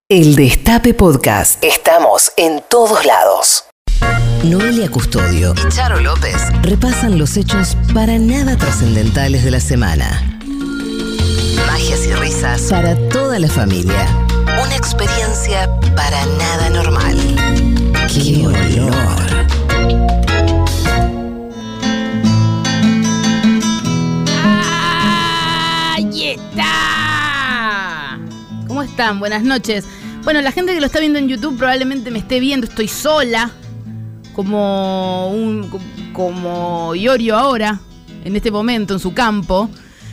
El Destape Podcast. Estamos en todos lados. Noelia Custodio y Charo López repasan los hechos para nada trascendentales de la semana. Magias y risas para toda la familia. Una experiencia para nada normal. ¡Qué olor! ¡Ahí está! ¿Cómo están? Buenas noches. Bueno, la gente que lo está viendo en YouTube probablemente me esté viendo. Estoy sola, como Iorio ahora, en este momento, en su campo.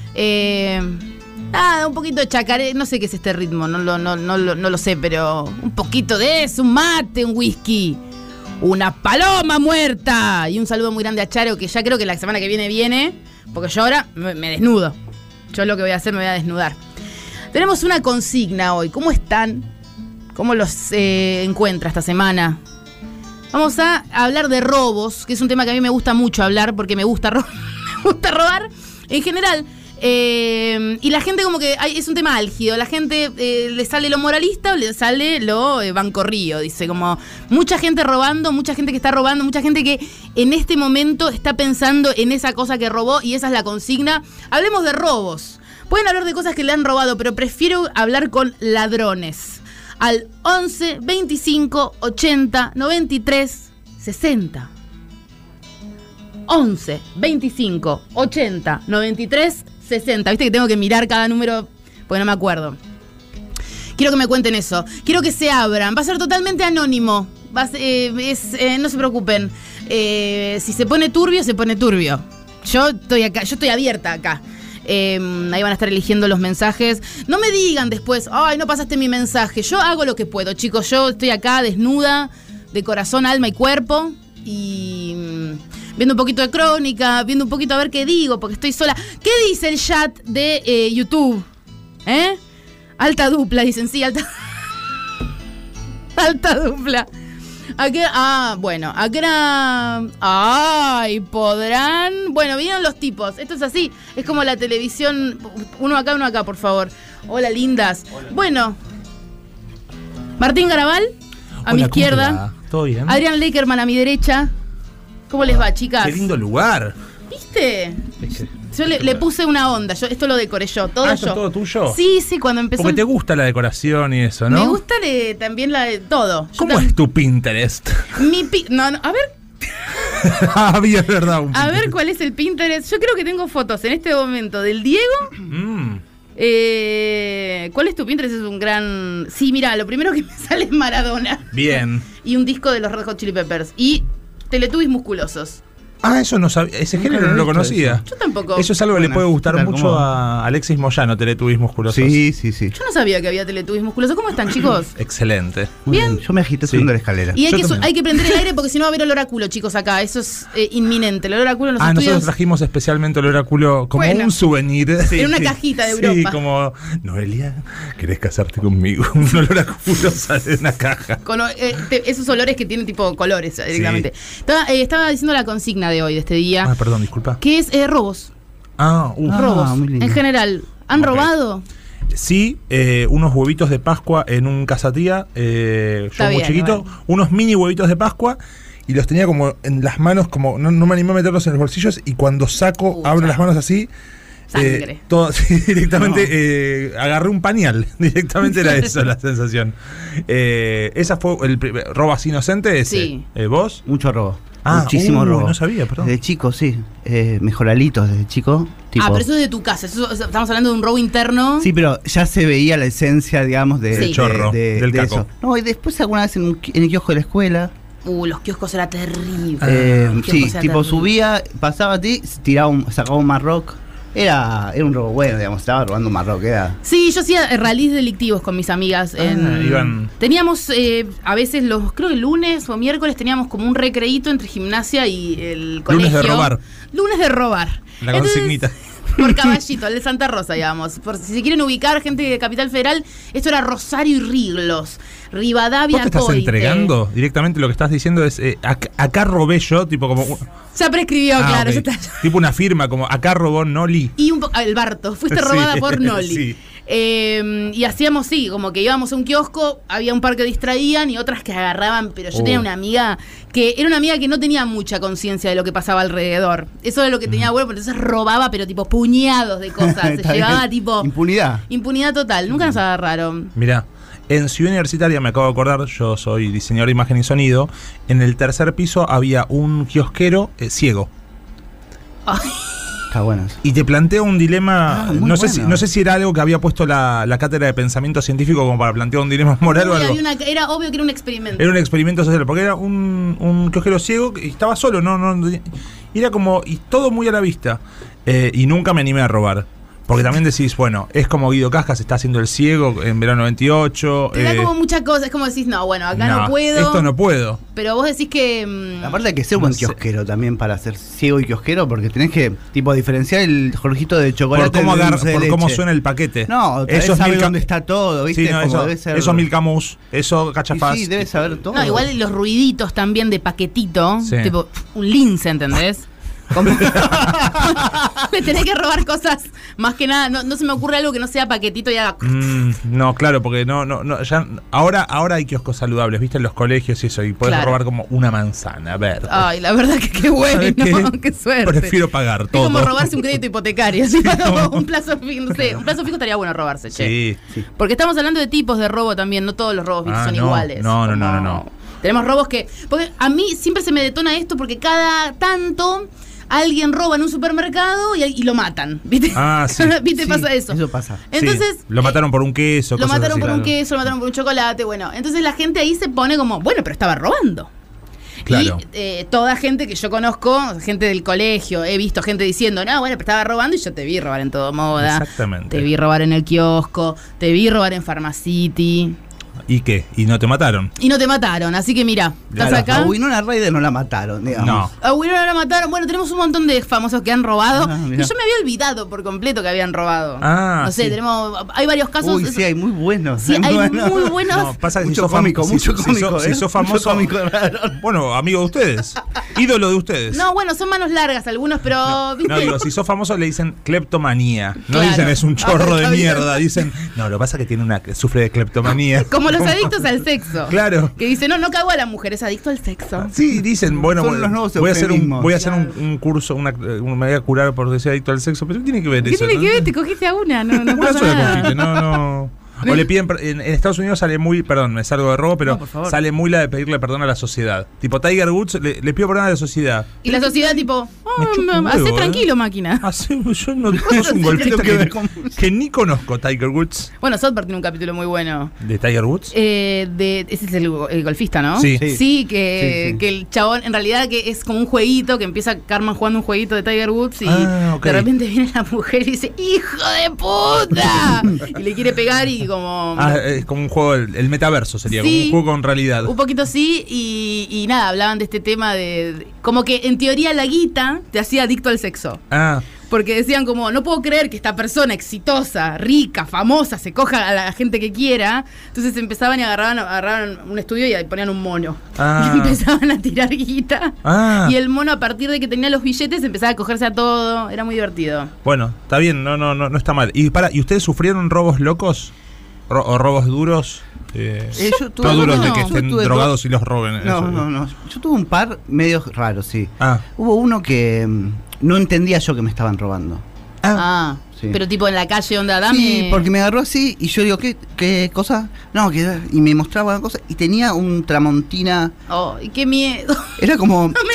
Un poquito de chacaré, no sé qué es este ritmo, no lo sé, pero un poquito de eso, un mate, un whisky, una paloma muerta. Y un saludo muy grande a Charo, que ya creo que la semana que viene, porque yo ahora me desnudo. Yo lo que voy a hacer, me voy a desnudar. Tenemos una consigna hoy. ¿Cómo están? ¿Cómo los encuentra esta semana? Vamos a hablar de robos, que es un tema que a mí me gusta mucho hablar, porque me gusta robar en general. Y la gente como que es un tema álgido. La gente le sale lo moralista o le sale lo bancorrío. Dice como mucha gente robando, mucha gente que está robando, mucha gente que en este momento está pensando en esa cosa que robó, y esa es la consigna. Hablemos de robos. Pueden hablar de cosas que le han robado, pero prefiero hablar con ladrones. Al 11 25 80 93 60. 11 25 80 93 60. Viste que tengo que mirar cada número porque no me acuerdo. Quiero que me cuenten eso. Quiero que se abran. Va a ser totalmente anónimo. No se preocupen. Si se pone turbio, se pone turbio. Yo estoy acá, yo estoy abierta acá. Ahí van a estar eligiendo los mensajes. No me digan después, ay, no pasaste mi mensaje. Yo hago lo que puedo, chicos. Yo estoy acá desnuda, de corazón, alma y cuerpo, y viendo un poquito de crónica, viendo un poquito a ver qué digo, porque estoy sola. ¿Qué dice el chat de YouTube? Alta dupla, dicen, sí, alta dupla. ¿A qué? Bueno, ¿a qué hora? Ay, podrán. Bueno, vinieron los tipos. Esto es así. Es como la televisión. Uno acá, por favor. Hola, lindas. Hola. Bueno, Martín Garabal, a mi izquierda. ¿Todo bien? Adrián Leckerman a mi derecha. ¿Cómo les va, chicas? Qué lindo lugar. ¿Viste? Yo le puse una onda, esto lo decoré yo, todo yo. ¿Esto es todo tuyo? Sí, cuando empezó. Porque te gusta la decoración y eso, ¿no? Me gusta también la de todo. ¿Cómo es tu Pinterest? No, a ver. Bien, verdad. A ver cuál es el Pinterest. Yo creo que tengo fotos en este momento del Diego. ¿Cuál es tu Pinterest? Es un gran... Sí, mira, lo primero que me sale es Maradona. Bien. Y un disco de los Red Hot Chili Peppers. Y Teletubbies musculosos. Eso no sabía. Ese género no lo conocía. Yo tampoco. Eso es algo que le puede gustar mucho a Alexis Moyano, Teletubbies musculosos. Sí. Yo no sabía que había Teletubbies musculosos. ¿Cómo están, chicos? Excelente. Bien. Yo me agité subiendo la escalera. Y hay que prender el aire porque si no va a haber olor a culo, chicos, acá. Eso es inminente. El olor a culo en los estudios. Nosotros trajimos especialmente olor a culo como un souvenir. En una cajita de Europa. Sí, como, Noelia, ¿querés casarte conmigo? Un olor a culo sale de una caja. Con esos olores que tienen tipo colores directamente. Sí. Estaba diciendo la consigna de hoy, de este día. Perdón, disculpa. Que es robos. Robos. En general. ¿Han robado? Sí, unos huevitos de Pascua en un Casatía, yo muy chiquito, bueno. Unos mini huevitos de Pascua, y los tenía como en las manos, como no me animé a meterlos en los bolsillos, y cuando saco, abro las manos así, sangre. Directamente agarré un pañal, directamente era eso la sensación. Esa fue el robo así inocente ese. Sí. ¿Vos? Mucho robo. Muchísimo robo. No sabía, perdón. Desde chico, sí. Mejoralitos desde chico. Tipo. Pero eso es de tu casa. Estamos hablando de un robo interno. Sí, pero ya se veía la esencia, digamos, del chorro, del caco. Eso. No, y después alguna vez en el kiosco de la escuela. Los kioscos era terrible. Sí, tipo subía, pasaba a ti, sacaba un Marroc. Era un robo bueno, digamos, estaba robando un Marroc. Sí, yo hacía rallies delictivos con mis amigas. Teníamos a veces creo que lunes o miércoles teníamos como un recreíto entre gimnasia y el colegio. Lunes de robar. La consignita. Por Caballito, el de Santa Rosa, digamos. Por si se quieren ubicar, gente de Capital Federal, esto era Rosario y Riglos, Rivadavia, ¿Vos te estás entregando? Directamente lo que estás diciendo es, acá robé yo, tipo como... Ya prescribió, claro. Okay. Ya está. Tipo una firma, como acá robó Noli. Y el Barto, fuiste robada por Noli. Sí. Y hacíamos, sí, como que íbamos a un kiosco, había un par que distraían y otras que agarraban, pero yo tenía una amiga que era una amiga que no tenía mucha conciencia de lo que pasaba alrededor. Eso era lo que tenía bueno, entonces robaba, pero tipo puñados de cosas. Se llevaba tipo... Impunidad total, nunca nos agarraron. Mirá. En Ciudad Universitaria, me acabo de acordar, yo soy diseñador de imagen y sonido, en el tercer piso había un kiosquero ciego. Ay. Está bueno eso. Y te plantea un dilema, no sé si era algo que había puesto la cátedra de pensamiento científico como para plantear un dilema moral o algo. Era obvio que era un experimento. Era un experimento social, porque era un kiosquero ciego y estaba solo, y era como, y todo muy a la vista. Y nunca me animé a robar. Porque también decís, bueno, es como Guido Casca se está haciendo el ciego en verano 98. Te da como muchas cosas, es como decís, no, bueno, acá no puedo. Esto no puedo. Pero vos decís que... Aparte hay que ser buen kiosquero también para ser ciego y kiosquero, porque tenés que, tipo, diferenciar el jorjito de chocolate por cómo suena el paquete. No, eso sabe dónde está todo, ¿viste? Sí, no, eso Milcamus, eso Cachafaz. Sí, debe saber todo. No, igual los ruiditos también de paquetito, tipo un lince, ¿entendés? Le tenés que robar cosas, más que nada, no se me ocurre algo que no sea paquetito y haga... no, claro, porque ya ahora hay kioscos saludables, viste, en los colegios y eso, y podés robar como una manzana verde. Ay, la verdad que qué bueno, qué suerte. Prefiero pagar todo. Es como robarse un crédito hipotecario, ¿sí? Un plazo fijo, no sé, un plazo fijo estaría bueno robarse, che. Sí. Porque estamos hablando de tipos de robo también, no todos los robos son iguales. No. Tenemos robos que... Porque a mí siempre se me detona esto porque cada tanto... Alguien roba en un supermercado y lo matan, ¿viste? Ah, sí. ¿Viste? Pasa eso. Eso pasa. Entonces, lo mataron por un queso. Lo mataron por un queso, lo mataron por un chocolate, bueno. Entonces la gente ahí se pone como, bueno, pero estaba robando. Claro. Y toda gente que yo conozco, gente del colegio, he visto gente diciendo, no, bueno, pero estaba robando y yo te vi robar en Todo Moda. Exactamente. Te vi robar en el kiosco, te vi robar en Pharmacity. ¿Y qué? ¿Y no te mataron? Y no te mataron, así que mira, estás acá. A Winona Ryder no la mataron, digamos. No. A Winona la mataron. Bueno, tenemos un montón de famosos que han robado. Y yo me había olvidado por completo que habían robado. No sé, hay varios casos. Uy, sí, hay muy buenos. Sí, hay muy buenos. No, pasa que mucho cómico. Si sos famoso. Bueno, amigo de ustedes. Ídolo de ustedes. No, bueno, son manos largas algunos, pero. No, digo, si sos famoso le dicen cleptomanía. No dicen es un chorro de mierda. Dicen, no, lo que pasa es que sufre de cleptomanía. Como los adictos al sexo. Claro. Que dice, no cago a la mujer, es adicto al sexo. Sí, dicen, bueno, voy a hacer un curso, me voy a curar por ser adicto al sexo, pero ¿qué tiene que ver eso? ¿Qué tiene que ver? Te cogiste a una, no una pasa sola nada. cogiste, no. O le piden, en Estados Unidos sale muy, perdón, me salgo de robo, pero sale muy la de pedirle perdón a la sociedad. Tipo, Tiger Woods le pido perdón a la sociedad. Y la sociedad tipo, hacé tranquilo, máquina. Yo no es un golfista que ni conozco, Tiger Woods. Bueno, South Park tiene un capítulo muy bueno. ¿De Tiger Woods? Ese es el golfista, ¿no? Sí. Sí, que el chabón, en realidad que es como un jueguito, que empieza Cartman jugando un jueguito de Tiger Woods y de repente viene la mujer y dice, ¡hijo de puta! Y le quiere pegar y como... es como un juego, el metaverso sería, como un juego con realidad. Un poquito sí, y nada, hablaban de este tema de como que en teoría la guita te hacía adicto al sexo. Porque decían como, no puedo creer que esta persona exitosa, rica, famosa, se coja a la gente que quiera. Entonces empezaban y agarraban un estudio y ponían un mono. Y empezaban a tirar guita. Y el mono, a partir de que tenía los billetes, empezaba a cogerse a todo. Era muy divertido. Bueno, está bien, no está mal. ¿Y ustedes sufrieron robos locos? ¿O robos duros? No duros de que estén drogados y los roben. No. Yo tuve un par medios raros, sí. Hubo uno que no entendía yo que me estaban robando. Sí. Pero tipo en la calle, onda, dame. Sí, porque me agarró así y yo digo, ¿qué cosa? No, y me mostraba cosas y tenía un Tramontina. ¡Oh, qué miedo! Era como. No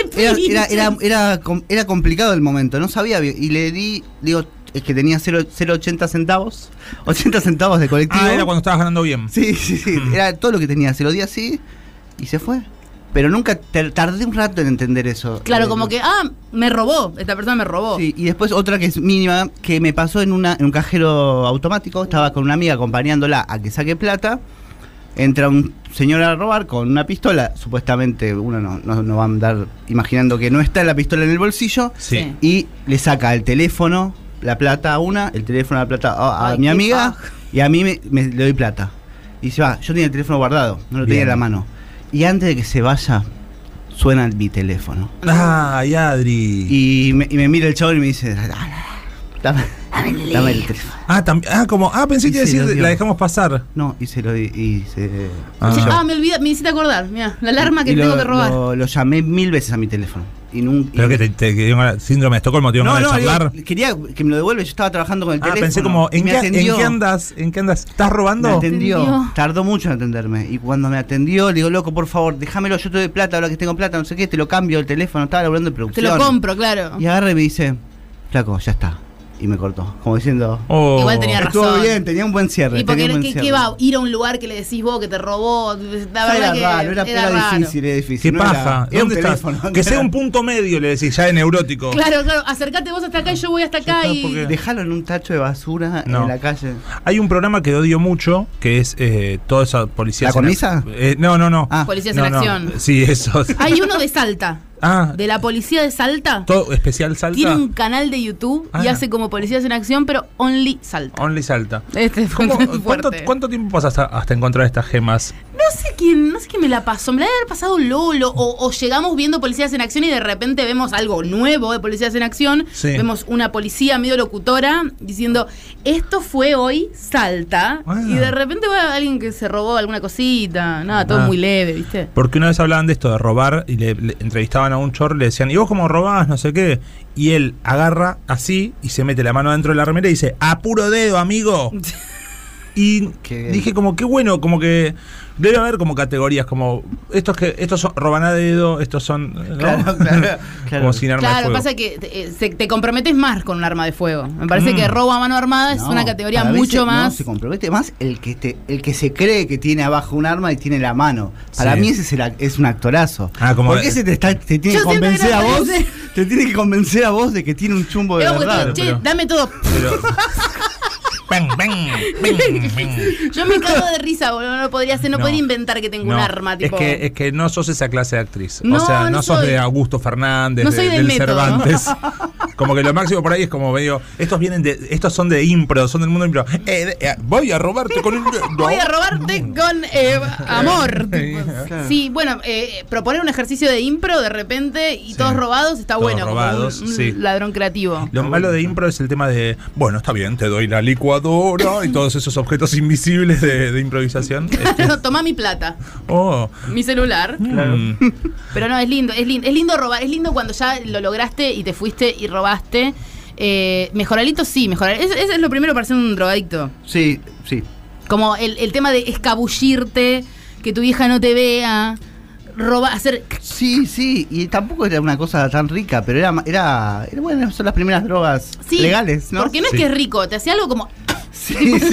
me era complicado el momento, no sabía bien. Y le digo, es que tenía 0,80 centavos. 80 centavos de colectivo. Era cuando estabas ganando bien. Sí. Era todo lo que tenía. Se lo di así y se fue. Pero nunca tardé un rato en entender eso. Claro, como que, me robó. Esta persona me robó. Sí, y después otra que es mínima, que me pasó en un cajero automático. Estaba con una amiga acompañándola a que saque plata. Entra un señor a robar con una pistola. Supuestamente uno no va a andar imaginando que no está la pistola en el bolsillo. Sí. Y le saca el teléfono, la plata a una, el teléfono, la plata a mi amiga. Y a mí le doy plata. Y se va. Yo tenía el teléfono guardado, no lo tenía en la mano. Y antes de que se vaya, suena mi teléfono. ¡Ay, Adri! Y me mira el chabón y me dice, dame. Dame el teléfono. Pensé que decir, la dejamos pasar. No, y se lo di. Me olvidé, me hiciste acordar. Mira, la alarma que tengo que robar. Lo llamé 1000 veces a mi teléfono. Pero que te dio síndrome de Estocolmo, te dio ganas de charlar. Quería que me lo devuelva, yo estaba trabajando con el teléfono. Pensé como, ¿en qué andas? ¿Estás robando? Me atendió. Tardó mucho en atenderme. Y cuando me atendió, le digo, loco, por favor, déjamelo, yo te doy plata, ahora que tengo plata, no sé qué, te lo cambio el teléfono, estaba laburando en producción. Te lo compro, claro. Y agarra y me dice, flaco, ya está. Y me cortó, como diciendo... Igual tenía razón. Estuvo bien, tenía un buen cierre. ¿Y porque qué va? Ir a un lugar que le decís vos que te robó. La verdad era raro, era difícil. ¿Qué paja? Era un teléfono. Que sea un punto medio, le decís, ya de neurótico. Claro, acércate vos hasta acá y yo voy hasta acá y... Dejalo en un tacho de basura en la calle. Hay un programa que odio mucho, que es toda esa policía... ¿La Cornisa? No. Policías en acción. Sí, eso. Hay uno de Salta. De la policía de Salta. Todo especial Salta. Tiene un canal de YouTube y hace como policías en acción, pero only Salta. Only Salta. ¿Cuánto tiempo pasas hasta encontrar estas gemas? No sé quién me la pasó. Me la debe haber pasado Lolo. O llegamos viendo policías en acción y de repente vemos algo nuevo de policías en acción. Sí. Vemos una policía medio locutora diciendo, esto fue hoy Salta. Y de repente va alguien que se robó alguna cosita. Nada, todo muy leve, ¿viste? Porque una vez hablaban de esto, de robar, y le entrevistaban a un chorro, le decían, ¿y vos cómo robás? No sé qué. Y él agarra así y se mete la mano dentro de la remera y dice, a puro dedo, amigo. Y dije como, qué bueno, como que debe haber como categorías, como estos son roban a dedo, estos son, ¿no? Claro. Como sin arma de fuego. Claro, pasa que te comprometes más con un arma de fuego. Me parece que robo a mano armada es una categoría mucho más. No, se compromete más el que se cree que tiene abajo un arma y tiene la mano. Para mí ese es un actorazo. ¿Por qué te tiene que convencer a vos? Te tiene que convencer a vos de que tiene un chumbo de verdad. Dame todo. Yo me cago de risa, boludo. No podría inventar que tengo un arma, tipo. Es que no sos esa clase de actriz. O sea, no sos de Augusto Fernández, no soy del Cervantes. Como que lo máximo por ahí es como medio. Estos son de impro, son del mundo impro. Voy a robarte con voy a robarte con amor. Sí, bueno, proponer un ejercicio de impro de repente y todos robados está bueno. Robados, como un ladrón creativo. Lo malo de impro es el tema de, bueno, está bien, te doy la licuadora y todos esos objetos invisibles de improvisación. Tomá mi plata. Mi celular. Claro. Pero no, es lindo robar. Es lindo cuando ya lo lograste y te fuiste y robaste. Mejoralito, sí, Eso es lo primero para ser un drogadicto. Sí. Como el tema de escabullirte, que tu vieja no te vea. Hacer... Sí, y tampoco era una cosa tan rica, pero era bueno, son las primeras drogas legales, ¿no? Porque no es que es rico, te hacía algo como... Sí.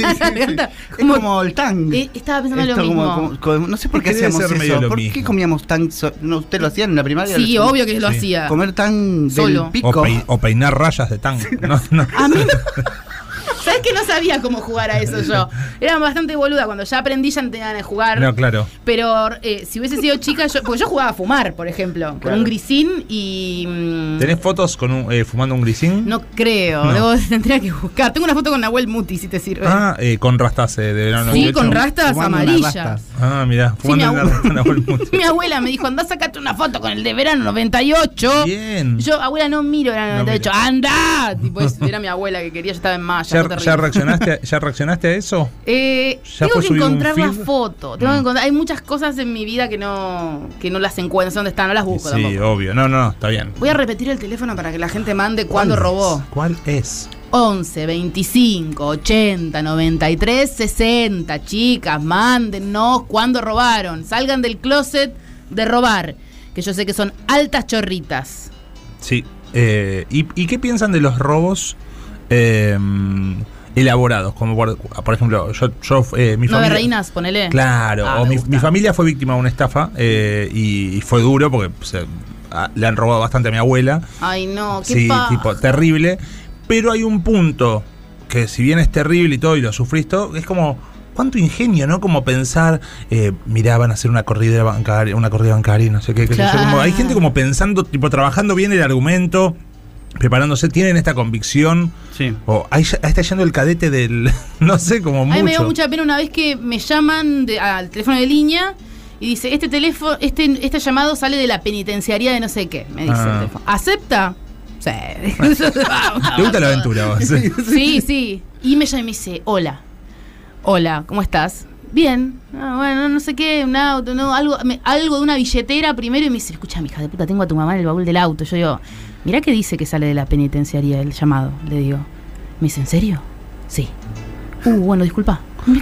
Es como el tang. Estaba pensando lo mismo. No sé por qué hacíamos eso. ¿Por qué comíamos tang? ¿No, ¿usted lo hacían en la primaria? Sí, obvio que lo hacía. Comer tang del pico. O peinar rayas de tang. No. A mí ¿sabes que no sabía cómo jugar a eso yo? Era bastante boluda. Cuando ya aprendí ya no tenía ganas de jugar. No, claro. Pero si hubiese sido chica, porque yo jugaba a fumar, por ejemplo, con un grisín y... ¿Tenés fotos con fumando un grisín? No creo, tendría que buscar. Tengo una foto con Nahuel Muti, si te sirve. Con rastas de verano. Sí, con rastas amarillas. Mirá, fumando Nahuel Muti. Mi abuela me dijo, andá, sacate una foto con el de verano 98. Bien. Yo, abuela, no miro verano 98. ¡Anda! Tipo, era mi abuela que quería, yo estaba en Maya. ¿Ya reaccionaste a eso? Tengo que encontrar la foto. Hay muchas cosas en mi vida que no las encuentro. ¿Dónde están? No las busco tampoco. Sí, obvio. No, está bien. Voy a repetir el teléfono para que la gente mande cuándo robó. ¿Cuál es? 11 25 80 93 60. Chicas, mándennos cuándo robaron. Salgan del closet de robar, que yo sé que son altas chorritas. Sí. ¿Y qué piensan de los robos elaborados? Como por ejemplo, yo mi familia... 9 reinas, ponele. Claro, mi familia fue víctima de una estafa y fue duro porque le han robado bastante a mi abuela. Ay, no, qué sí, tipo, terrible. Pero hay un punto que, si bien es terrible y todo, y lo sufrís todo, es como... ¿Cuánto ingenio, no? Como pensar, mirá, van a hacer una corrida bancaria y no sé qué. Claro. Como, hay gente como pensando, tipo, trabajando bien el argumento, preparándose, tienen esta convicción. Sí. Ahí está yendo el cadete del... no sé, como mucho. A mí me dio mucha pena una vez que me llaman al teléfono de línea y dice, este llamado sale de la penitenciaría de no sé qué, me dice el teléfono. ¿Acepta? Sí. ¿Te gusta la aventura vos? Sí. Y me llama y me dice, hola, ¿cómo estás? Bien. Bueno, no sé qué, un auto, no, algo de una billetera primero. Y me dice, escucha, hija de puta, tengo a tu mamá en el baúl del auto. Yo digo, mirá que dice que sale de la penitenciaría el llamado. Le digo, me dice, ¿en serio? Sí. Bueno, disculpa.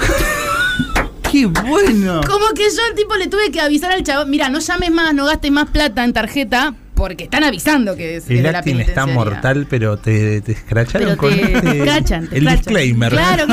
¡Qué bueno! Como que yo al tipo le tuve que avisar al chabón, mira, no llames más, no gastes más plata en tarjeta, porque están avisando que es de la acting penitenciaria. está mortal, pero te escracharon con te escrachan. el disclaimer. Claro.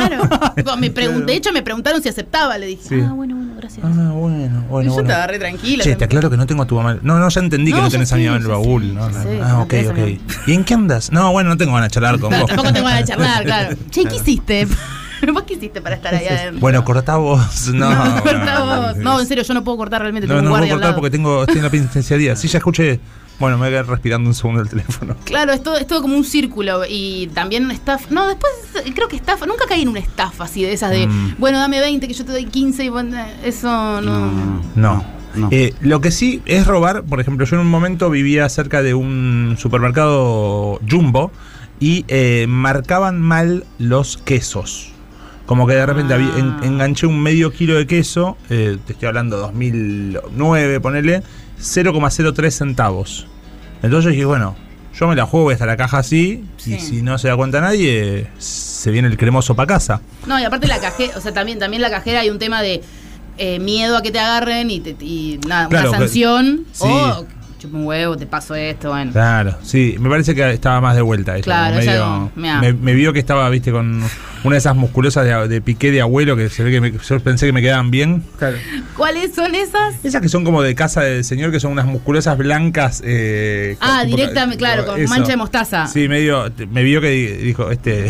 De hecho, me preguntaron si aceptaba. Le dije, bueno, gracias. Bueno. Y yo estaba re tranquila. Che, te aclaro que no tengo a tu mamá. No, ya entendí que no tenés a mi mamá en el baúl. Ok. ¿Y en qué andas? No, bueno, no tengo ganas de charlar con vos. Tampoco tengo ganas de charlar, claro. Che, ¿qué hiciste? ¿Vos qué hiciste para estar ahí adentro? Bueno, cortá vos. No, cortá vos. No, en serio, yo no puedo cortar realmente. No puedo cortar porque estoy en la penitenciaría. Sí, ya escuché. Bueno, me voy a quedar respirando un segundo el teléfono. Claro, es todo como un círculo. Y también una estafa. No, después creo que estafa. Nunca caí en una estafa así de esas de, bueno, dame 20 que yo te doy 15 y bueno, eso no. Lo que sí es robar. Por ejemplo, yo en un momento vivía cerca de un supermercado Jumbo y marcaban mal los quesos. Como que de repente enganché un medio kilo de queso, te estoy hablando 2009, ponele, 0,03 centavos. Entonces dije, bueno, yo me la juego, voy hasta la caja así, y si no se da cuenta nadie, se viene el cremoso para casa. No, y aparte la cajera, o sea, también la cajera hay un tema de miedo a que te agarren y nada, claro, una sanción, sí. O chupa un huevo, te paso esto, bueno. Claro, sí, me parece que estaba más de vuelta ella. Claro, me vio que estaba, viste, con una de esas musculosas de piqué de abuelo que se ve que yo pensé que me quedaban bien. Claro. ¿Cuáles son esas? Esas que son como de casa del señor, que son unas musculosas blancas. Directamente, claro, con eso. Mancha de mostaza. Sí, me vio que dijo,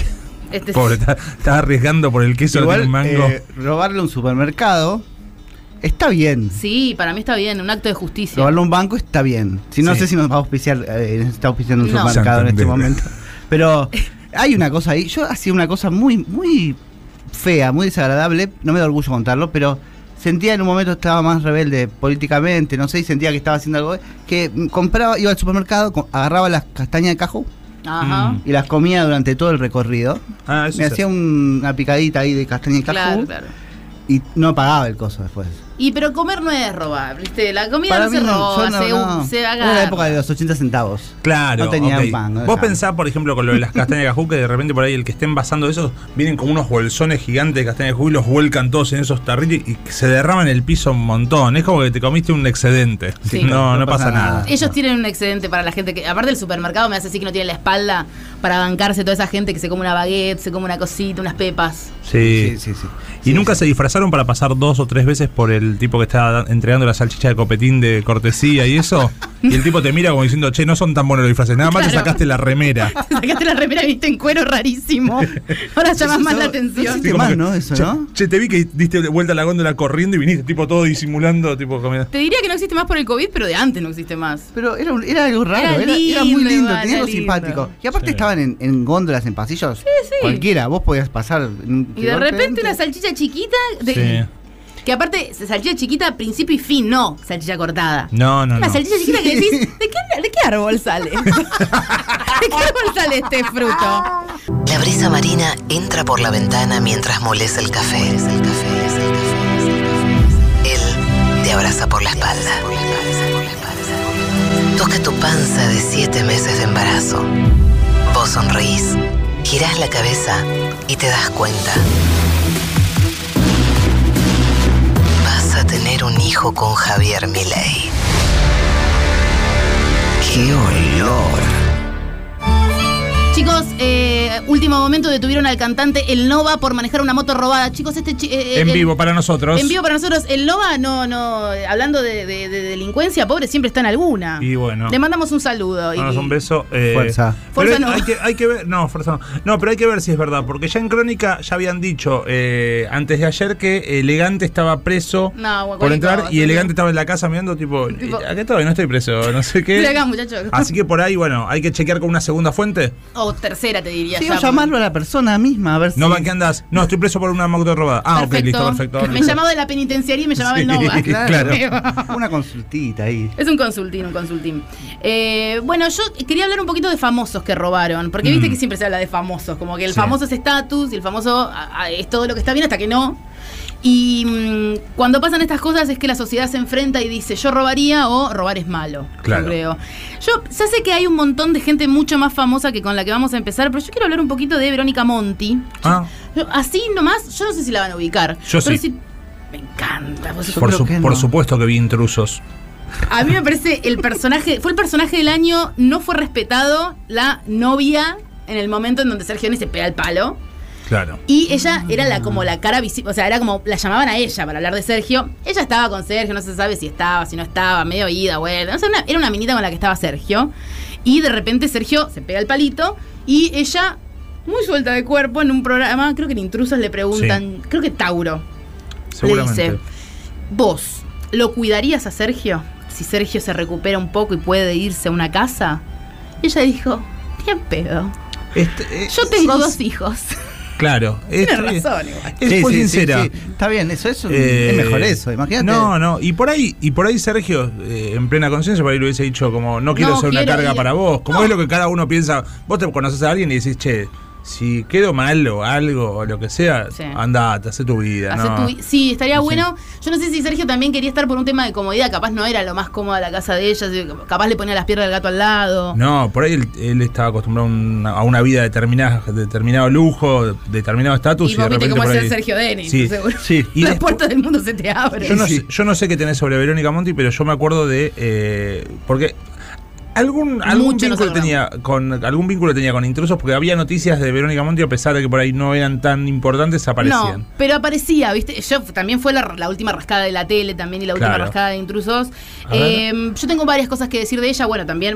pobre, estaba arriesgando por el queso. Igual, de un mango. Robarle a un supermercado está bien. Sí, para mí está bien, un acto de justicia. Robarle a un banco está bien. Si no sé si nos va a auspiciar, está auspiciando un supermercado en este momento. Pero hay una cosa ahí. Yo hacía una cosa muy, muy fea, muy desagradable. No me da orgullo contarlo, pero sentía en un momento estaba más rebelde políticamente, no sé, y sentía que estaba haciendo algo. Que iba al supermercado, agarraba las castañas de cajú. Ajá. Y las comía durante todo el recorrido. Me hacía una picadita ahí de castaña de cajú. Claro. Y no pagaba el coso después. Pero comer no es robar, ¿viste? La comida para no se roba, se agarra. Era la época de los 80 centavos. Claro, no tenían pan. Vos pensás, por ejemplo, con lo de las castañas de cajú, que de repente por ahí el que esté envasando eso, vienen como unos bolsones gigantes de castañas de cajú y los vuelcan todos en esos tarritos y se derraman en el piso un montón. Es como que te comiste un excedente. Sí. No pasa nada. Ellos tienen un excedente para la gente que, aparte del supermercado, me hace así que no tiene la espalda para bancarse toda esa gente que se come una baguette, se come una cosita, unas pepas. Sí. ¿Y nunca se disfrazaron para pasar 2 o 3 veces por el tipo que está entregando la salchicha de copetín de cortesía y eso? Y el tipo te mira como diciendo, che, no son tan buenos los disfraces, nada más te sacaste la remera. Te sacaste la remera y viste en cuero rarísimo. Ahora llamas más la atención. Sí, más, ¿no? Eso, ¿no? Che, te vi que diste vuelta a la góndola corriendo y viniste tipo todo disimulando, tipo comiendo. Te diría que no existe más por el COVID, pero de antes no existe más. Pero era algo raro, era muy lindo, tenía algo simpático. Y aparte estaban en góndolas, en pasillos. Sí. Cualquiera, vos podías pasar. Y de repente una salchicha chiquita. Que aparte, salchicha chiquita, principio y fin, no salchicha cortada. No. Una salchicha chiquita que decís, ¿de qué árbol sale? ¿De qué árbol sale este fruto? La brisa marina entra por la ventana mientras molece el café. Él te abraza por la espalda. Toca tu panza de 7 meses de embarazo. Vos sonreís, girás la cabeza y te das cuenta. A tener un hijo con Javier Milei. ¡Qué olor! Chicos, último momento, detuvieron al cantante El Nova por manejar una moto robada. Chicos, en vivo para nosotros. En vivo para nosotros. El Nova, hablando de delincuencia, pobre, siempre está en alguna. Y bueno. Le mandamos un saludo. Un beso. Fuerza. Fuerza no. Hay que ver. No, fuerza no. No, pero hay que ver si es verdad. Porque ya en Crónica ya habían dicho antes de ayer que Elegante estaba preso por entrar y Elegante estaba en la casa mirando tipo ¿a qué estoy? No estoy preso, no sé qué. Acá, muchachos. Así que por ahí, bueno, hay que chequear con una segunda fuente. o tercera, te diría. Sí, ya, o llamarlo a la persona misma, a ver si... No, ¿qué andás? No, estoy preso por una moto robada. Ah, perfecto. ok, listo, perfecto. Me llamaba de la penitenciaría y me llamaba el Nova. Claro. Una consultita ahí. Es un consultín. Bueno, yo quería hablar un poquito de famosos que robaron, porque viste que siempre se habla de famosos, como que el famoso es estatus y el famoso es todo lo que está bien hasta que no. Y cuando pasan estas cosas es que la sociedad se enfrenta y dice, yo robaría o robar es malo. Claro. Yo creo. Yo ya sé que hay un montón de gente mucho más famosa que con la que vamos a empezar, pero yo quiero hablar un poquito de Verónica Monti. Así nomás, yo no sé si la van a ubicar. Yo pero sí. Me encanta. Por supuesto que vi Intrusos. A mí me parece fue el personaje del año, no fue respetado la novia en el momento en donde Sergio Denis se pega el palo. Claro. Y ella era como la cara visible, o sea, era como, la llamaban a ella para hablar de Sergio. Ella estaba con Sergio, no se sabe si estaba, si no estaba, medio ida, bueno. Era una minita con la que estaba Sergio. Y de repente Sergio se pega el palito y ella, muy suelta de cuerpo, en un programa, creo que en Intrusos le preguntan, creo que Tauro. Seguramente. Le dice, ¿vos lo cuidarías a Sergio si Sergio se recupera un poco y puede irse a una casa? Y ella dijo, bien pedo. Yo tengo 2 hijos. Claro. Tiene razón igual. Fue sincera. Sí. Está bien, es mejor eso, imagínate. No. Y por ahí Sergio, en plena conciencia, por ahí le hubiese dicho como, no quiero ser una carga para vos. Como es lo que cada uno piensa. Vos te conoces a alguien y decís, che, si quedo mal o algo o lo que sea, andate, hacé tu vida. Sí, estaría bueno. Yo no sé si Sergio también quería estar por un tema de comodidad. Capaz no era lo más cómoda la casa de ella. Capaz le ponía las piernas del gato al lado. No, por ahí él estaba acostumbrado a una vida determinado lujo, determinado estatus. Y vos viste cómo es el Sergio Denis, seguro. Sí. Y las puertas del mundo se te abren. Yo no sé qué tenés sobre Verónica Monti, pero yo me acuerdo de... porque... Algún vínculo tenía con Intrusos, porque había noticias de Verónica Monti, a pesar de que por ahí no eran tan importantes, aparecían. No, pero aparecía, ¿viste? Yo también fue la última rascada de la tele también y la última rascada de Intrusos. Yo tengo varias cosas que decir de ella. Bueno, también,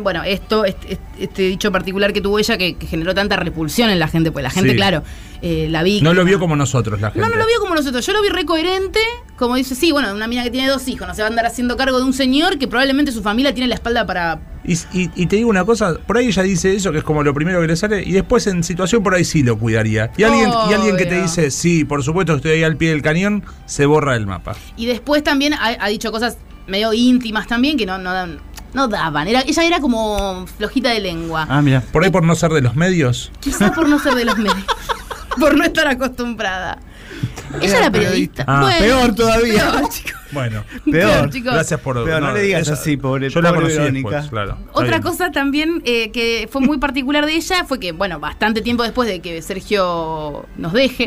este dicho particular que tuvo ella que generó tanta repulsión en la gente, pues la gente, claro, la víctima. No lo vio como nosotros, la gente. No lo vio como nosotros. Yo lo vi re coherente, como dice, una mina que tiene 2 hijos, no se va a andar haciendo cargo de un señor que probablemente su familia tiene la espalda para... Y te digo una cosa, por ahí ella dice eso, que es como lo primero que le sale, y después en situación por ahí sí lo cuidaría. Y alguien que te dice, sí, por supuesto que estoy ahí al pie del cañón, se borra el mapa. Y después también ha dicho cosas medio íntimas también que no daban. Ella era como flojita de lengua. Ah, mira. Por ahí por no ser de los medios. Quizás por no ser de los medios. Por no estar acostumbrada. Ella era periodista. Peor todavía. Peor, chicos. Bueno, peor, chicos. Gracias por... Pero no le digas así, pobre. Yo la conocí Verónica. después, claro. Otra cosa también que fue muy particular de ella fue que, bastante tiempo después de que Sergio nos deje,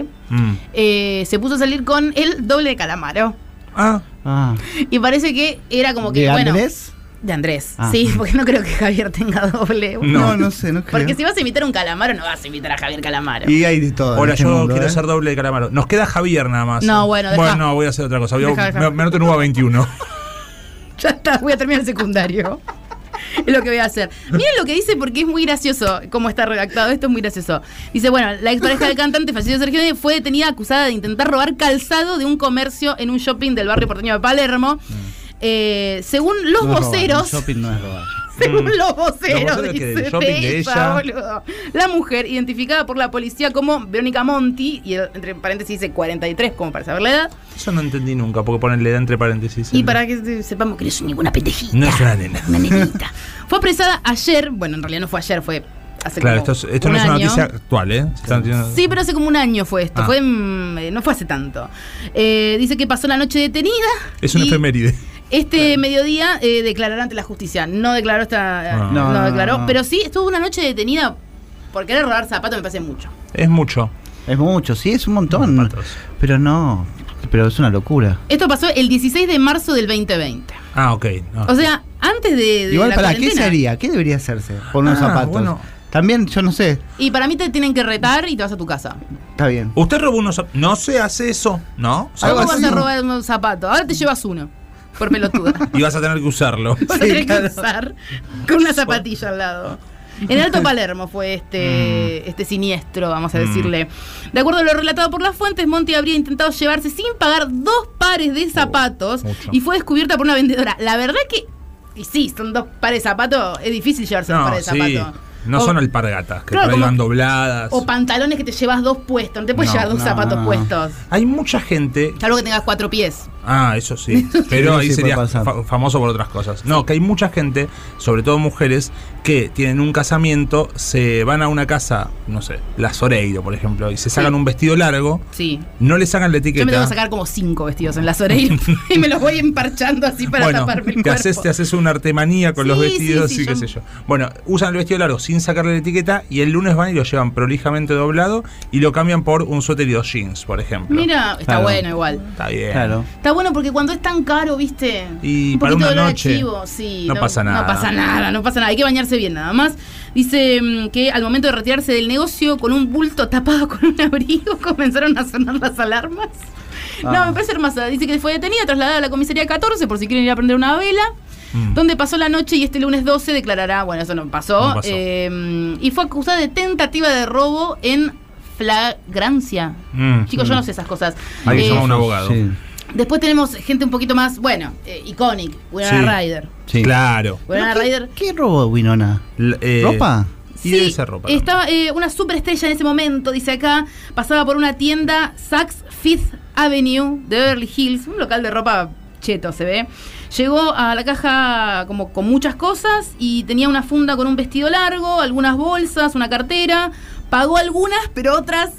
se puso a salir con el doble de Calamaro. Y parece que era como que, ¿De Andrés? De Andrés, sí, porque no creo que Javier tenga doble. No sé, no creo. Porque si vas a imitar a un Calamaro, no vas a imitar a Javier Calamaro. Y hay de todo. Hola, yo quiero ser doble de Calamaro. Nos queda Javier nada más. No, bueno, no, voy a hacer otra cosa. Me anoto en UBA 21. Ya está, voy a terminar el secundario. Es lo que voy a hacer. Miren lo que dice porque es muy gracioso cómo está redactado. Esto es muy gracioso. Dice, la expareja del cantante fallecido Sergio Denis fue detenida acusada de intentar robar calzado de un comercio en un shopping del barrio porteño de Palermo. Según los voceros... El shopping no es robar. Según los voceros, dice, del shopping de ella, boludo. La mujer, identificada por la policía como Verónica Monti, y entre paréntesis dice 43, como para saber la edad. Eso no entendí nunca, porque ponen la edad entre paréntesis. Y para que sepamos que no es ninguna pendejita. No es una nena. Una nenita. Fue apresada ayer, en realidad no fue ayer, fue hace claro, como esto no es una noticia actual, ¿eh? Sí, pero hace como un año fue esto, no fue hace tanto. Dice que pasó la noche detenida. Es una efeméride. Mediodía declarará ante la justicia. No declaró no declaró, pero sí estuvo una noche detenida por querer robar zapatos, me parece mucho. Es mucho. Es mucho, sí, es un montón. Pero es una locura. Esto pasó el 16 de marzo del 2020. Ok. O sea, antes de igual, la ¿para cuarentena. qué se haría? ¿Qué debería hacerse? Por unos zapatos. Bueno. También, yo no sé. Y para mí te tienen que retar y te vas a tu casa. Está bien. Usted robó unos zapatos. No se hace eso, ¿no? ¿Cómo vas a robar un zapato? Ahora te llevas uno. Por pelotuda. Y vas a tener que usarlo. Vas a tener que usar con una zapatilla al lado. En Alto Palermo fue este siniestro, vamos a decirle. De acuerdo a lo relatado por las fuentes, Monti habría intentado llevarse sin pagar 2 pares de zapatos y fue descubierta por una vendedora. La verdad que, y sí, son 2 pares de zapatos, es difícil llevarse 2 pares de zapatos. No son alpargatas, que claro, traigan dobladas. O pantalones que te llevas 2 puestos. No te puedes llevar 2 zapatos puestos. Hay mucha gente. Salvo que tengas 4 pies. Eso sí. Pero ahí sería famoso por otras cosas. No, que hay mucha gente, sobre todo mujeres, que tienen un casamiento, se van a una casa, no sé, la Soreiro, por ejemplo, y se sacan un vestido largo. Sí. No le sacan la etiqueta. Yo me tengo que sacar como 5 vestidos en la Soreiro y me los voy emparchando así para taparme el cuerpo. Te haces una artemanía con los vestidos y qué sé yo. Bueno, usan el vestido largo sin sacarle la etiqueta y el lunes van y lo llevan prolijamente doblado y lo cambian por un suéter y 2 jeans, por ejemplo. Mira, está bueno igual. Está bien. Claro. Está bueno porque cuando es tan caro, ¿viste? Y un para una noche no pasa nada. No pasa nada. Hay que bañarse bien nada más. Dice que al momento de retirarse del negocio con un bulto tapado con un abrigo comenzaron a sonar las alarmas. No, me parece hermosa. Dice que fue detenida, trasladada a la comisaría 14 por si quieren ir a prender una vela. Donde pasó la noche y este lunes 12 declarará, bueno, eso no pasó. Y fue acusada de tentativa de robo en flagrancia. Chicos, yo no sé esas cosas. Hay que llamar a un abogado. Sí. Después tenemos gente un poquito más, icónica, Winona Ryder. Sí. Claro. Winona Ryder. ¿Qué robó Winona? ¿Ropa? Sí, debe ser ropa. Estaba una superestrella en ese momento, dice acá, pasaba por una tienda Saks Fifth Avenue de Beverly Hills, un local de ropa cheto se ve. Llegó a la caja como con muchas cosas y tenía una funda con un vestido largo, algunas bolsas, una cartera. Pagó algunas, pero otras...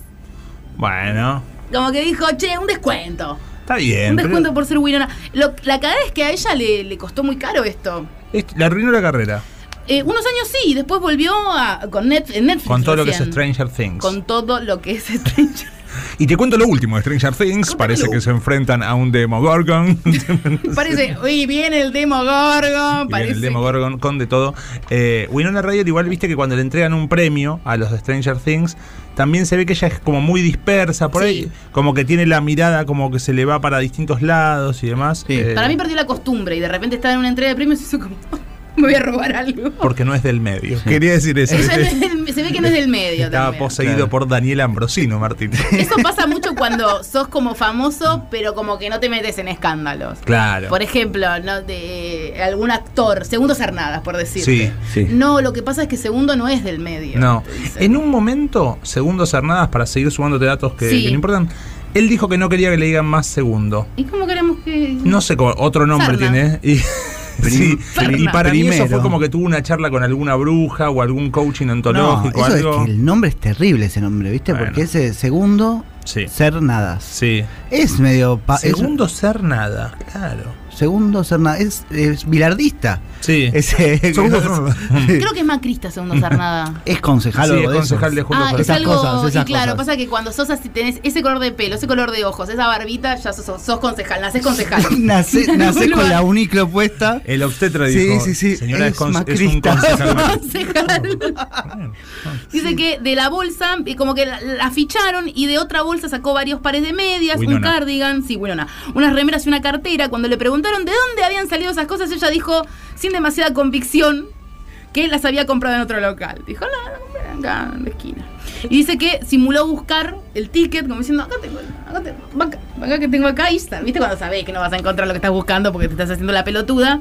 Bueno. Como que dijo, un descuento. Está bien. Un descuento por ser Winona. La cagada es que a ella le costó muy caro esto. Le arruinó la carrera. Unos años sí, después volvió en Netflix. Con todo lo que es Stranger Things. Con todo lo que es Stranger Things. Y te cuento lo último de Stranger Things. Parece que se enfrentan a un Demogorgon. Parece, viene el Demogorgon. Viene el Demogorgon con de todo. Winona Ryder igual viste que cuando le entregan un premio a los de Stranger Things, también se ve que ella es como muy dispersa por ahí, como que tiene la mirada como que se le va para distintos lados y demás. Sí. Para mí perdió la costumbre y de repente estaba en una entrega de premios y se hizo como... Me voy a robar algo. Porque no es del medio. Quería decir eso. Se ve que no es del medio. Estaba también poseído por Daniel Ambrosino, Martín. Eso pasa mucho cuando sos como famoso, pero como que no te metes en escándalos. Claro. Por ejemplo, ¿no? De algún actor, Segundo Cernadas, por decirte. Sí. No, lo que pasa es que Segundo no es del medio. No. En un momento, Segundo Cernadas, para seguir sumándote datos que no importan, él dijo que no quería que le digan más Segundo. ¿Y cómo queremos que...? No sé, otro nombre Sarna. tiene. Sí, y para mí eso fue como que tuvo una charla con alguna bruja o algún coaching ontológico. Eso algo. Es que el nombre es terrible, ese nombre, ¿viste? Bueno. Porque ese Segundo Cernadas. Sí. Es medio... Segundo Cernada, claro. Segundo Cernada. Es bilardista. Sí. Segundo Cernada. Creo que es macrista Segundo Cernada. Es concejal. Sí, es concejal de Juntos por es algo, esas claro, cosas. pasa que cuando sos así, tenés ese color de pelo, ese color de ojos, esa barbita, ya sos concejal, nacés concejal. nacés con la uniclo puesta. El obstetra dijo, sí. Señora, es un macrista. concejal. Dice que de la bolsa, como que la ficharon y de otra bolsa sacó varios pares de medias, Winona. un cardigan, unas remeras y una cartera. Cuando le preguntaron de dónde habían salido esas cosas, ella dijo, sin demasiada convicción, que las había comprado en otro local. Dijo, no, la compré acá en la esquina. Y dice que simuló buscar el ticket, como diciendo, acá que tengo acá, y está. ¿Viste? Cuando sabés que no vas a encontrar lo que estás buscando porque te estás haciendo la pelotuda.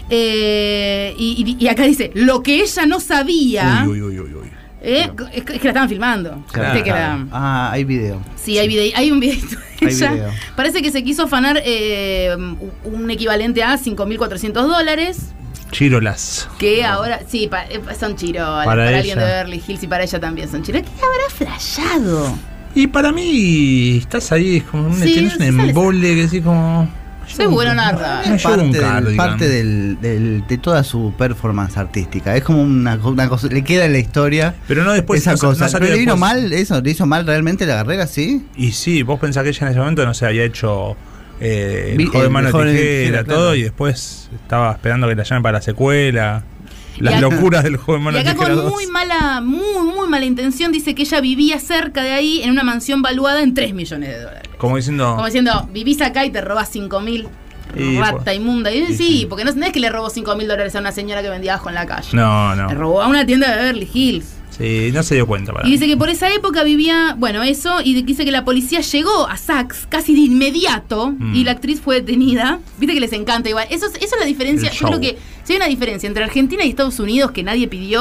Y acá dice, lo que ella no sabía... Es que la estaban filmando. Claro. Hay video. Sí, hay un videito de ella. Parece que se quiso afanar un equivalente a $5.400. Chirolas. Que ahora, son chirolas. Para alguien de Beverly Hills y para ella también son chirolas. ¿Qué habrá flashado? Y para mí, estás ahí, es como tienes un embole que así como... Seguro nada. Parte de toda su performance artística. Es como una cosa, le queda en la historia. Pero no después esa cosa. No ¿Pero le vino mal eso? ¿Le hizo mal realmente la carrera, sí? Y sí, vos pensás que ella en ese momento no se había hecho el joven mano de tijera, todo, claro. Y después estaba esperando que la llamen para la secuela. Las locuras del joven mano de tijera. Y acá con muy mala intención dice que ella vivía cerca de ahí en una mansión valuada en $3 millones. Como diciendo, vivís acá y te robás 5.000. Rata inmunda. Y sí, porque no es que le robó $5.000 a una señora que vendía ajo en la calle. No. Le robó a una tienda de Beverly Hills. Sí, no se dio cuenta. Y dice que por esa época vivía, eso, y dice que la policía llegó a Saks casi de inmediato y la actriz fue detenida. Viste que les encanta igual. Eso es la diferencia. Yo creo que si hay una diferencia entre Argentina y Estados Unidos que nadie pidió,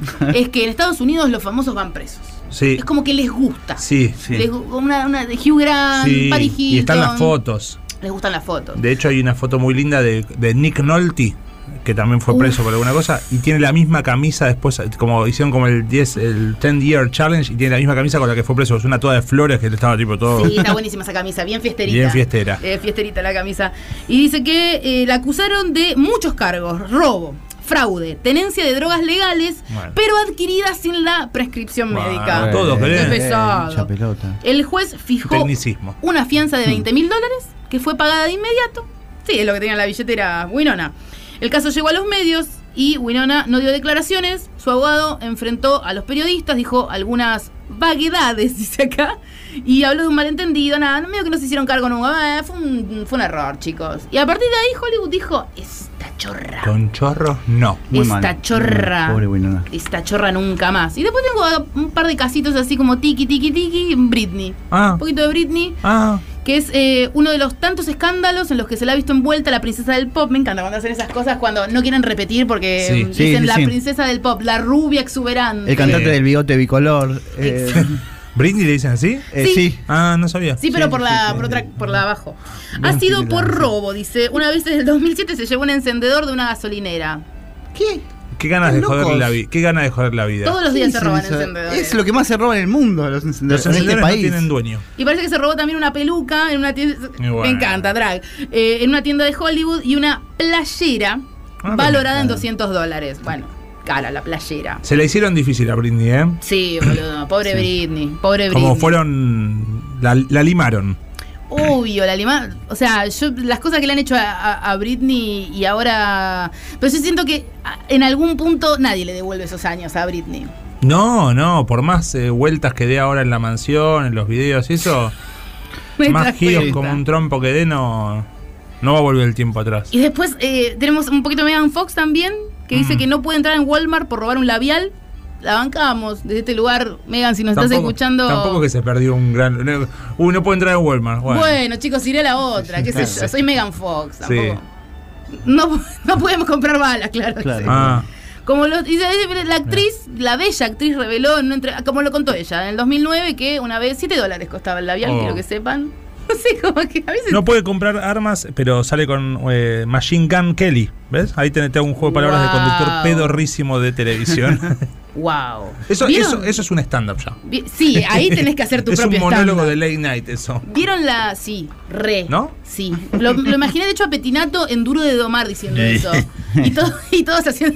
es que en Estados Unidos los famosos van presos. Sí. Es como que les gusta. Sí. Una de Hugh Grant, Paris Hilton. Y están las fotos. Les gustan las fotos. De hecho, hay una foto muy linda de Nick Nolte, que también fue preso por alguna cosa, y tiene la misma camisa después, como hicieron como el 10 Year Challenge, y tiene la misma camisa con la que fue preso. Es una toda de flores que le estaba tipo todo. Sí, está buenísima esa camisa, bien fiesterita. Bien fiestera. Fiesterita la camisa. Y dice que la acusaron de muchos cargos: robo, fraude, tenencia de drogas legales, pero adquiridas sin la prescripción médica. Todo, Qué pesado. El juez fijó una fianza de $20.000 que fue pagada de inmediato. Sí, es lo que tenía en la billetera Winona. El caso llegó a los medios y Winona no dio declaraciones. Su abogado enfrentó a los periodistas, dijo algunas vaguedades, dice acá, y habló de un malentendido. Nada, medio que no se hicieron cargo nunca. Fue un error, chicos. Y a partir de ahí Hollywood dijo: esta chorra. Con chorros, no. Esta chorra. Pobre Winona. Esta chorra nunca más. Y después tengo un par de casitos así como tiki, Britney. Un poquito de Britney. Que es uno de los tantos escándalos en los que se la ha visto envuelta la princesa del pop. Me encanta cuando hacen esas cosas, cuando no quieren repetir porque dicen la princesa del pop, la rubia exuberante. El cantante del bigote bicolor. ¿Britney le dicen así? Sí. No sabía. Sí, pero por la abajo. Ha sido por robo, dice. Una vez en el 2007 se llevó un encendedor de una gasolinera. Qué ganas de joder la vida. Todos los días se roban encendedores. Es lo que más se roba en el mundo, los encendedores. Los encendedores en este país no tienen dueño. Y parece que se robó también una peluca en una tienda. Me encanta, drag. En una tienda de Hollywood, y una playera valorada en $200. Bueno, cara la playera. Se la hicieron difícil a Britney, ¿eh? Sí, boludo. Pobre Britney. Como fueron. La limaron. Obvio, la limaron. O sea, las cosas que le han hecho a Britney y ahora. Pero yo siento que en algún punto nadie le devuelve esos años a Britney. No, por más vueltas que dé ahora en la mansión, en los videos y eso. Más giros como un trompo que dé, no va a volver el tiempo atrás. Y después tenemos un poquito de Megan Fox también, que dice que no puede entrar en Walmart por robar un labial. La bancamos desde este lugar. Megan, si nos estás escuchando. Tampoco que se perdió un gran. No puede entrar en Walmart. Bueno, chicos, iré a la otra. ¿Qué sé yo? Soy Megan Fox. Tampoco. No podemos comprar balas, claro. Sí. Como la actriz, la bella actriz reveló, como lo contó ella, en el 2009, que una vez $7 costaba el labial, quiero que sepan. No sé, como que a veces. No puede comprar armas, pero sale con Machine Gun Kelly. ¿Ves? Ahí tenés un juego de palabras de conductor pedorrísimo de televisión. Wow. Eso es un stand-up ya. Sí, ahí tenés que hacer tu propio stand-up. Es un monólogo de late night eso. ¿Vieron la...? Sí, ¿no? Sí. Lo imaginé de hecho a Petinato en Duro de Domar diciendo eso. Y todos haciendo...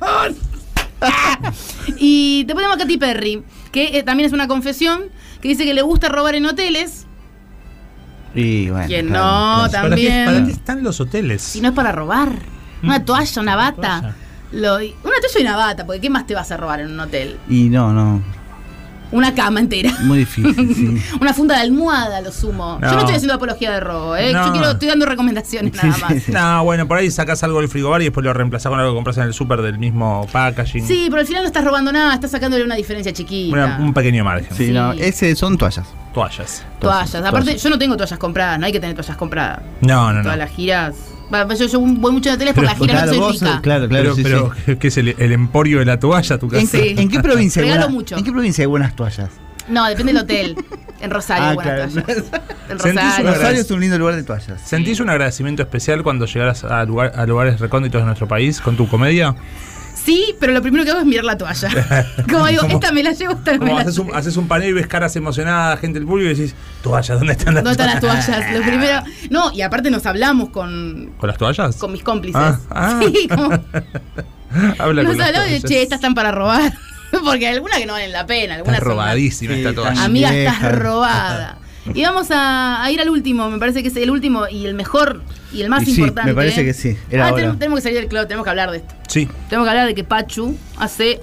Y después tenemos a Katy Perry, que también es una confesión, que dice que le gusta robar en hoteles. Y bueno, que no, también. ¿Para qué están los hoteles? Si no es para robar. Una toalla, una bata. Una toalla y una bata, porque ¿qué más te vas a robar en un hotel? Y no. Una cama entera. Muy difícil, sí. Una funda de almohada, lo sumo. Yo no estoy haciendo apología de robo, ¿eh? Yo estoy dando recomendaciones nada más. No, bueno, por ahí sacás algo del frigobar y después lo reemplazás con algo que compras en el súper del mismo packaging. Sí, pero al final no estás robando nada, estás sacándole una diferencia chiquita. Un pequeño margen. Sí, no, ese son toallas. Toallas. Aparte, yo no tengo toallas compradas, no hay que tener toallas compradas. No. Todas las giras. Yo voy mucho a hoteles por las giras, no soy rica. Claro, pero ¿qué es el emporio de la toalla, tu casa? ¿En qué provincia ¿En qué provincia hay buenas toallas? No, depende del hotel. En Rosario hay buenas toallas. En Rosario es un lindo lugar de toallas. ¿Sentís un agradecimiento especial cuando llegaras a lugares recónditos de nuestro país con tu comedia? Sí, pero lo primero que hago es mirar la toalla. Como digo, esta me la llevo, esta no me la llevo. Haces un panel y ves caras emocionadas, gente del público, y decís, toallas, ¿dónde están las toallas? ¿Dónde están las toallas? Lo primero. No, y aparte nos hablamos con. ¿Con las toallas? Con mis cómplices. Sí, como. Habla nos hablamos de, che, estas están para robar. Porque hay algunas que no valen la pena. Algunas está robadísima esta toalla. Amiga, estás robada. Y vamos a ir al último, me parece que es el último y el mejor y el más importante. Me parece que sí. Tenemos que salir del club, tenemos que hablar de esto. Sí. Tenemos que hablar de que Pachu hace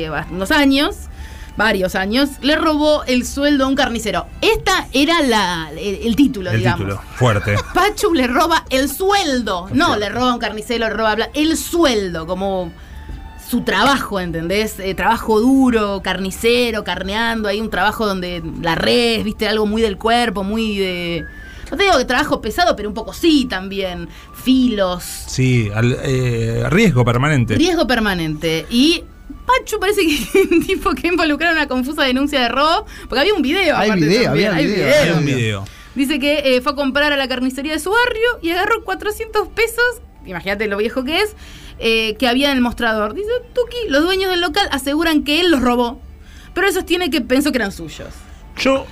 varios años, le robó el sueldo a un carnicero. Esta era el título, digamos. El título, fuerte. Pachu le roba el sueldo. No, le roba a un carnicero, le roba el sueldo, como su trabajo, ¿entendés? Trabajo duro, carnicero, carneando, hay un trabajo donde la res, viste, algo muy del cuerpo, muy de... No te digo que trabajo pesado, pero un poco sí también. Filos. Sí, riesgo permanente. Riesgo permanente. Y Pachu parece que un tipo que involucraron una confusa denuncia de robo, porque había un video. Hay un video. Dice que fue a comprar a la carnicería de su barrio y agarró 400 pesos, imagínate lo viejo que es, que había en el mostrador. Dice, Tuki, los dueños del local aseguran que él los robó, pero él sostiene que pensó que eran suyos. Yo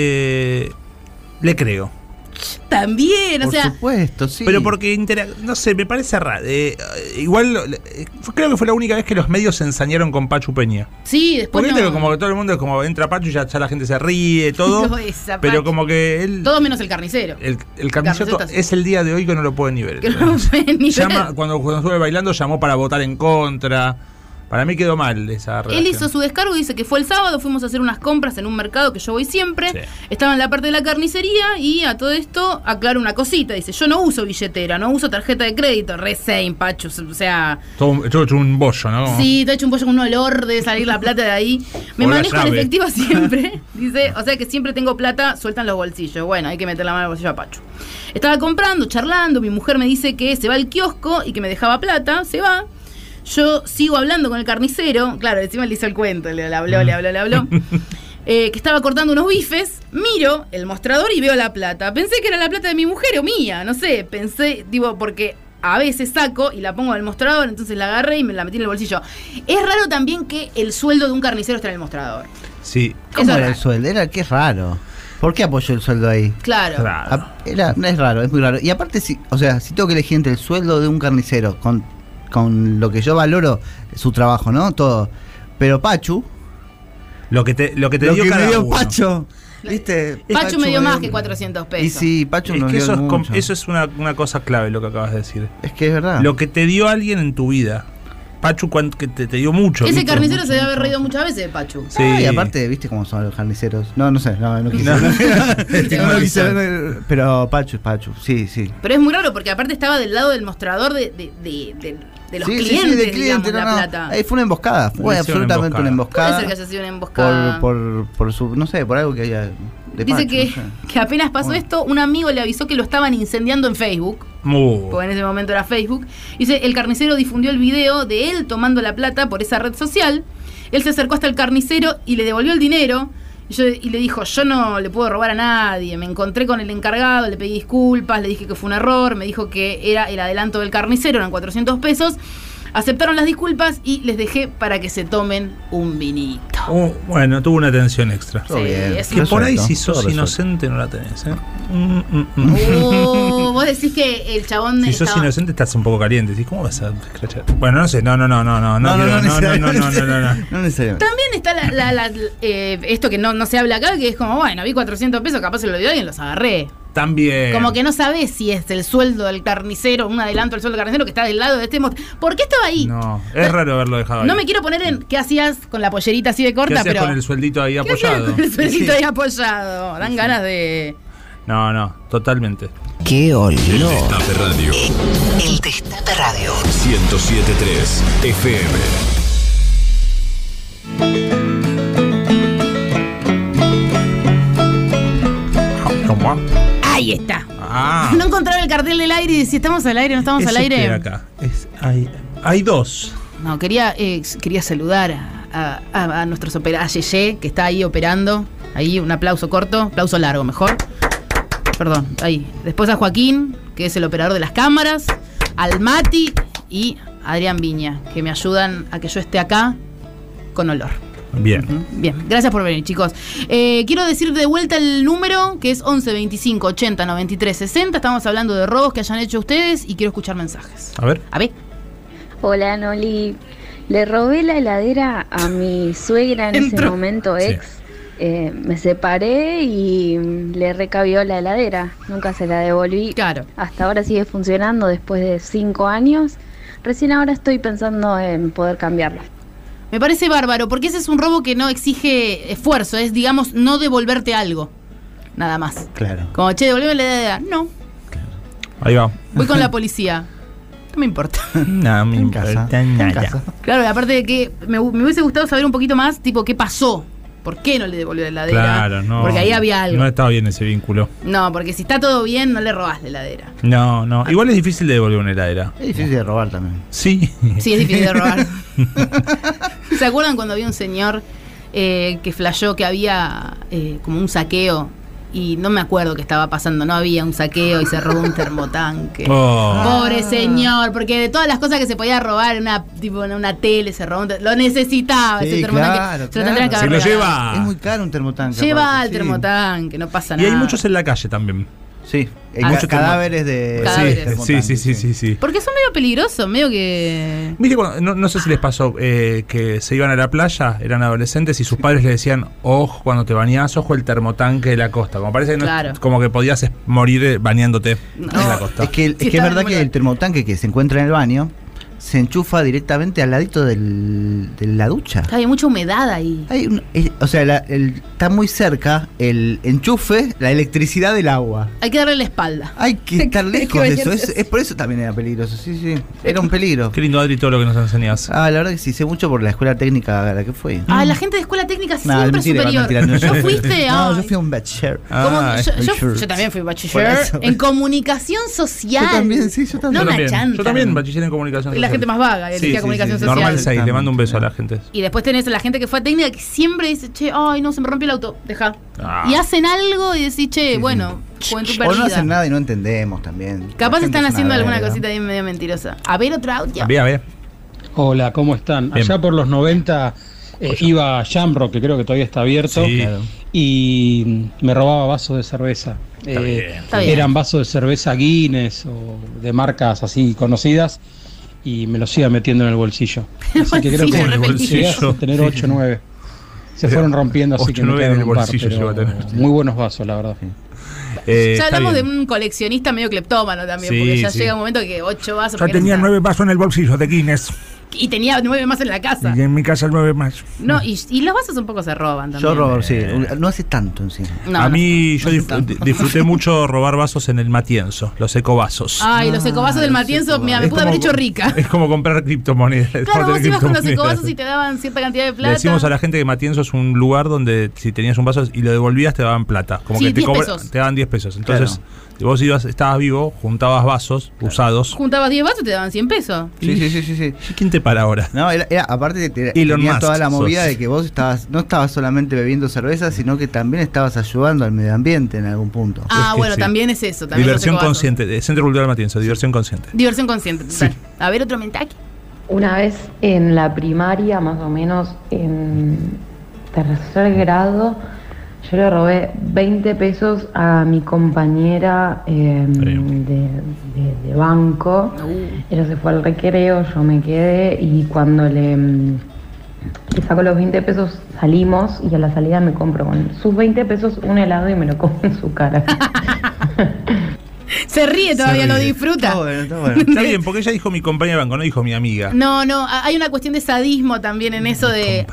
le creo. También, Por supuesto, sí. Pero porque, no sé, me parece raro. Igual, creo que fue la única vez que los medios se ensañaron con Pachu Peña. Sí, después porque no. como que todo el mundo, como entra Pachu, ya la gente se ríe, todo. No, pero como que él... Todo menos el carnicero. El carnicero es el día de hoy que no lo pueden ni ver. Que no lo pueden ni ver. Cuando estuve bailando, llamó para votar en contra. Para mí quedó mal esa relación. Él hizo su descargo y dice que fue el sábado, fuimos a hacer unas compras en un mercado que yo voy siempre. Sí. Estaba en la parte de la carnicería y a todo esto aclaro una cosita. Dice, yo no uso billetera, no uso tarjeta de crédito. Re same, Pachu, o sea... Todo hecho un bollo, ¿no? Sí, te ha hecho un bollo con un olor de salir la plata de ahí. Me manejo en efectivo siempre. Dice, o sea que siempre tengo plata suelta en los bolsillos. Bueno, hay que meter la mano en el bolsillo a Pachu. Estaba comprando, charlando, mi mujer me dice que se va al kiosco y que me dejaba plata, se va. Yo sigo hablando con el carnicero, claro, encima le hizo el cuento, le habló, que estaba cortando unos bifes, miro el mostrador y veo la plata. Pensé que era la plata de mi mujer o mía, no sé, porque a veces saco y la pongo en el mostrador, entonces la agarré y me la metí en el bolsillo. Es raro también que el sueldo de un carnicero esté en el mostrador. Sí. ¿Cómo era el sueldo? Qué raro. ¿Por qué apoyó el sueldo ahí? Claro. Es raro, es muy raro. Y aparte, si tengo que elegir entre el sueldo de un carnicero con lo que yo valoro, su trabajo, ¿no? Todo. Pero Pachu... Lo que dio cada uno. Pachu, ¿viste? Pachu me dio más que 400 pesos. Y sí, Pachu nos dio mucho. Eso es una cosa clave lo que acabas de decir. Es que es verdad. Lo que te dio alguien en tu vida. Pachu que te dio mucho. Ese carnicero se debe haber reído muchas veces de Pachu. Sí. Y aparte, ¿viste cómo son los carniceros? No sé, no quise. Pero Pachu, sí. Pero es muy raro porque aparte estaba del lado del mostrador de los clientes, del cliente, la plata. Ahí fue una emboscada, fue absolutamente una emboscada. Puede ser que haya sido una emboscada. Por su, no sé, por algo que haya de Dice Pachu, que apenas pasó esto, un amigo le avisó que lo estaban incendiando en Facebook. Porque en ese momento era Facebook. Dice, el carnicero difundió el video de él tomando la plata por esa red social. Él se acercó hasta el carnicero y le devolvió el dinero. Y le dijo, yo no le puedo robar a nadie. Me encontré con el encargado, le pedí disculpas, le dije que fue un error. Me dijo que era el adelanto del carnicero, eran 400 pesos. Aceptaron las disculpas y les dejé para que se tomen un vinito. Bueno, tuvo una atención extra. Sí, bien. Que por ahí si sos inocente no la tenés, ¿eh? Vos decís que el chabón si sos inocente estás un poco caliente. ¿Sí? ¿Cómo vas a escrachar? Bueno, no sé, no necesariamente. También está esto que no se habla acá, que es como, bueno, vi 400 pesos, capaz se lo dio alguien, los agarré. También. Como que no sabés si es el sueldo del carnicero, un adelanto del sueldo del carnicero que está del lado de este ¿Por qué estaba ahí? No, es raro haberlo dejado ahí. No me quiero poner en qué hacías con la pollerita así de corta, ¿Qué hacías con el sueldito ahí apoyado? Con el sueldito ahí apoyado. Dan ganas de... No, totalmente. ¡Qué olor! El Destape Radio. El Destape Radio. 107.3 FM. Ahí está. No encontraba el cartel del aire y si estamos al aire, no estamos al aire. Acá. Hay dos. No, quería saludar a nuestros operadores, a Yeye, que está ahí operando. Ahí un aplauso corto, aplauso largo mejor. Perdón, ahí. Después a Joaquín, que es el operador de las cámaras, al Mati y a Adrián Viña, que me ayudan a que yo esté acá con olor. Bien. Bien, gracias por venir, chicos. Quiero decir de vuelta el número, que es 11 25 80 93 60. Estamos hablando de robos que hayan hecho ustedes y quiero escuchar mensajes. A ver. Hola, Noli. Le robé la heladera a mi suegra en ese momento ex. Sí. Me separé y le recabió la heladera. Nunca se la devolví. Claro. Hasta ahora sigue funcionando después de 5 años. Recién ahora estoy pensando en poder cambiarla. Me parece bárbaro, porque ese es un robo que no exige esfuerzo, es, digamos, no devolverte algo. Nada más. Claro. Como, che, devolveme la heladera. No. Claro. Ahí va. Voy con la policía. No me importa. No me importa nada. Claro, aparte de que me hubiese gustado saber un poquito más, tipo, ¿qué pasó? ¿Por qué no le devolvió la heladera? Claro, no. Porque ahí había algo. No estaba bien ese vínculo. No, porque si está todo bien, no le robás la heladera. No. Igual es difícil de devolver una heladera. Es difícil de robar también. Sí. Sí, es difícil de robar. ¿Se acuerdan cuando había un señor que flashó que había como un saqueo? Y no me acuerdo qué estaba pasando, no había un saqueo y se robó un termotanque. Pobre señor, porque de todas las cosas que se podía robar en una tele, se robó lo necesitaba ese termotanque. Claro. Se lo lleva. Es muy caro un termotanque. Lleva el termotanque, no pasa nada. Y hay muchos en la calle también. Sí, hay muchos cadáveres de... Sí. Porque son medio peligrosos, medio que... ¿Viste no sé si les pasó que se iban a la playa, eran adolescentes y sus padres le decían, ojo cuando te bañás, ojo el termotanque de la costa? Como parece que como que podías morir bañándote en la costa. Es que es verdad que el termotanque que se encuentra en el baño se enchufa directamente al ladito de la ducha. Hay mucha humedad ahí. Está muy cerca el enchufe, la electricidad del agua. Hay que darle la espalda. Hay que estar lejos de eso. Es por eso también era peligroso. Sí. Era un peligro. Qué lindo, Adri, todo lo que nos enseñás. La verdad que sí, sé mucho por la escuela técnica a la que fui. La gente de escuela técnica siempre es superior. ¿Yo fuiste? No, yo fui a un bachiller. Yo también fui bachiller en comunicación social. Yo también. No me achantan. Yo también, bachiller en comunicación social. La gente más vaga, elegía comunicación social. Normal 6, le mando un beso a la gente. Y después tenés a la gente que fue a técnica que siempre dice, che, ay no, se me rompió el auto, deja. Y hacen algo y decís, che, juventud perdida. O no hacen nada y no entendemos también. Capaz están haciendo alguna cosita ahí medio mentirosa. A ver otro audio. A ver. Hola, ¿cómo están? Bien. Allá por los 90 iba a Jamrock, que creo que todavía está abierto, y me robaba vasos de cerveza. Está bien. Eran vasos de cerveza Guinness o de marcas así conocidas, y me los iba metiendo en el bolsillo. Así que creo que llegué a tener 8 o 9. Se fueron rompiendo, así que me quedaron un par, pero muy buenos vasos, la verdad. Ya hablamos de un coleccionista medio cleptómano también, porque ya llega un momento que 8 vasos... Ya tenía 9 vasos en el bolsillo de Guinness. Y tenía 9 más en la casa. Y en mi casa 9 más. No, y los vasos un poco se roban también. Yo robo, sí. No hace tanto encima. A mí yo disfruté mucho robar vasos en el Matienzo, los ecovasos. Ay, los ecovasos del Matienzo, me pude haber hecho rica. Es como comprar criptomonedas. Claro, vos ibas con los ecovasos y te daban cierta cantidad de plata. Le decimos a la gente que Matienzo es un lugar donde si tenías un vaso y lo devolvías te daban plata. Como que te daban 10 pesos. Entonces... Claro. Vos estabas vivo, juntabas vasos usados. Juntabas 10 vasos y te daban 100 pesos. Sí. ¿Quién te para ahora? No, aparte tenía toda la movida de que vos no estabas solamente bebiendo cerveza, sino que también estabas ayudando al medio ambiente en algún punto. También es eso. También diversión consciente, de Centro Cultural Matienzo, diversión consciente. Diversión consciente, total. Sí. A ver, otro mensaje. Una vez en la primaria, más o menos en tercer grado, yo le robé 20 pesos a mi compañera de banco. Ella se fue al recreo, yo me quedé y cuando le saco los 20 pesos salimos y a la salida me compro con sus 20 pesos un helado y me lo como en su cara. Se ríe todavía, lo disfruta. Está bueno. Está bien, porque ella dijo mi compañera de banco, no dijo mi amiga. No, hay una cuestión de sadismo también en eso de,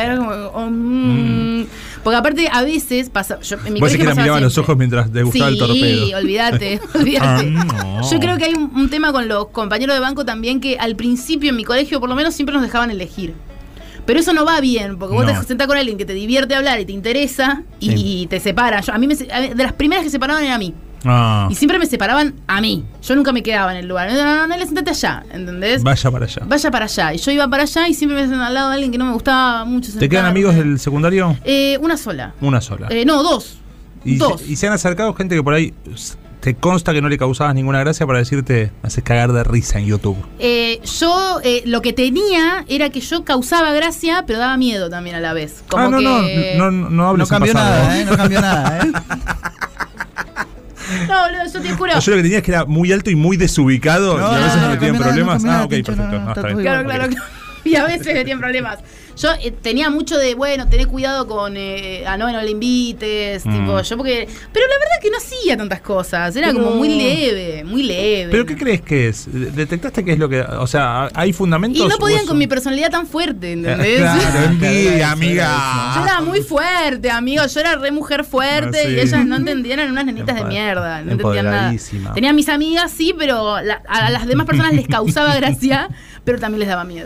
porque aparte a veces pasa, en mi vos es que la miraba siempre. a los ojos mientras degustaba el torpedo. Sí, olvídate. No. Yo creo que hay un tema con los compañeros de banco también, que al principio en mi colegio por lo menos siempre nos dejaban elegir. Pero eso no va bien, porque vos te sentás con alguien que te divierte hablar y te interesa y te separan. De las primeras que separaban era a mí. Y siempre me separaban a mí. Yo nunca me quedaba en el lugar. No, le sentate allá, ¿entendés? Vaya para allá. Y yo iba para allá y siempre me senté al lado de alguien que no me gustaba mucho sentarme. ¿Te quedan amigos del secundario? Una sola. No, 2. ¿Y se han acercado gente que por ahí te consta que no le causabas ninguna gracia para decirte, me haces cagar de risa en YouTube? Yo lo que tenía era que yo causaba gracia, pero daba miedo también a la vez. Como no cambió nada, no cambió nada, No, boludo, yo te juro. Yo lo que tenía es que era muy alto y muy desubicado y a veces me metía en problemas. Perfecto. Está bien. Claro. Y a veces me metía en problemas. Yo tenía mucho de, tener cuidado con no le invites, tipo, yo porque... Pero la verdad que no hacía tantas cosas, era como muy leve. ¿Pero qué crees que es? ¿Detectaste qué es lo que...? O sea, ¿hay fundamentos? Y no podían con mi personalidad tan fuerte, ¿entendés? Claro, envidia, amiga. Yo era muy fuerte, amigo, yo era re mujer fuerte y ellas no entendían, eran unas nenitas de mierda, no entendían nada. Tenía mis amigas, sí, pero a las demás personas les causaba gracia, pero también les daba miedo. Claro.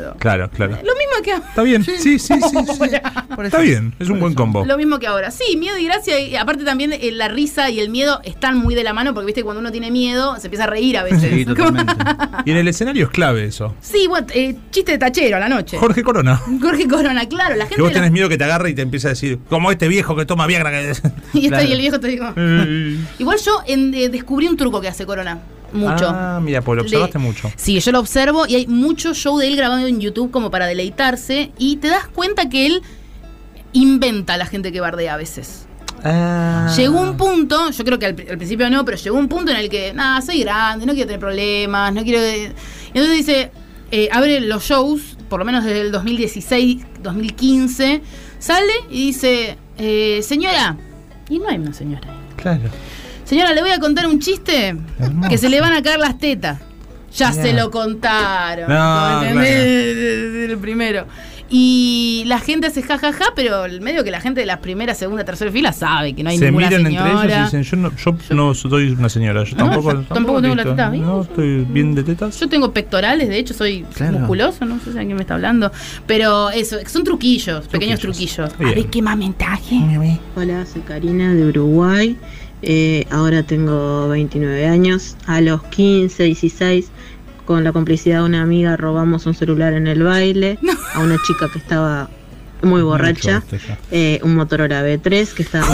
claro. Lo mismo que ahora. Está bien, sí. Está bien, es un buen combo. Lo mismo que ahora. Sí, miedo y gracia. Y aparte también la risa y el miedo están muy de la mano porque, viste, cuando uno tiene miedo se empieza a reír a veces. Sí, totalmente. Y en el escenario es clave eso. Sí, bueno, chiste de tachero a la noche. Jorge Corona, claro. La gente que vos tenés miedo que te agarre y te empieza a decir, como este viejo que toma Viagra. Y el viejo te digo. Igual yo descubrí un truco que hace Corona. Mucho. Ah, mira, pues lo observaste mucho. Sí, yo lo observo y hay mucho show de él grabado en YouTube como para deleitarse y te das cuenta que él inventa a la gente que bardea a veces. Llegó un punto, yo creo que al principio no, pero llegó un punto en el que, soy grande, no quiero tener problemas, no quiero... Entonces dice, abre los shows, por lo menos desde el 2016, 2015, sale y dice, señora, y no hay una señora. Claro. Señora, le voy a contar un chiste que se le van a caer las tetas. Ya se lo contaron. No, ¿entendés? El primero. Y la gente hace jajaja, pero el medio que la gente de las primeras, segunda, tercera fila sabe que no hay ninguna señora. Se miran entre ellos y dicen, yo no soy una señora. Yo tampoco tengo la teta. No, estoy bien de tetas. Yo tengo pectorales, de hecho soy musculoso, no sé si a quién me está hablando. Pero eso, son truquillos, pequeños truquillos. Bien. A ver qué más mensaje. Hola, soy Karina de Uruguay. Ahora tengo 29 años. A los 15, 16, con la complicidad de una amiga, robamos un celular en el baile a una chica que estaba muy borracha. Un Motorola V3 que estaba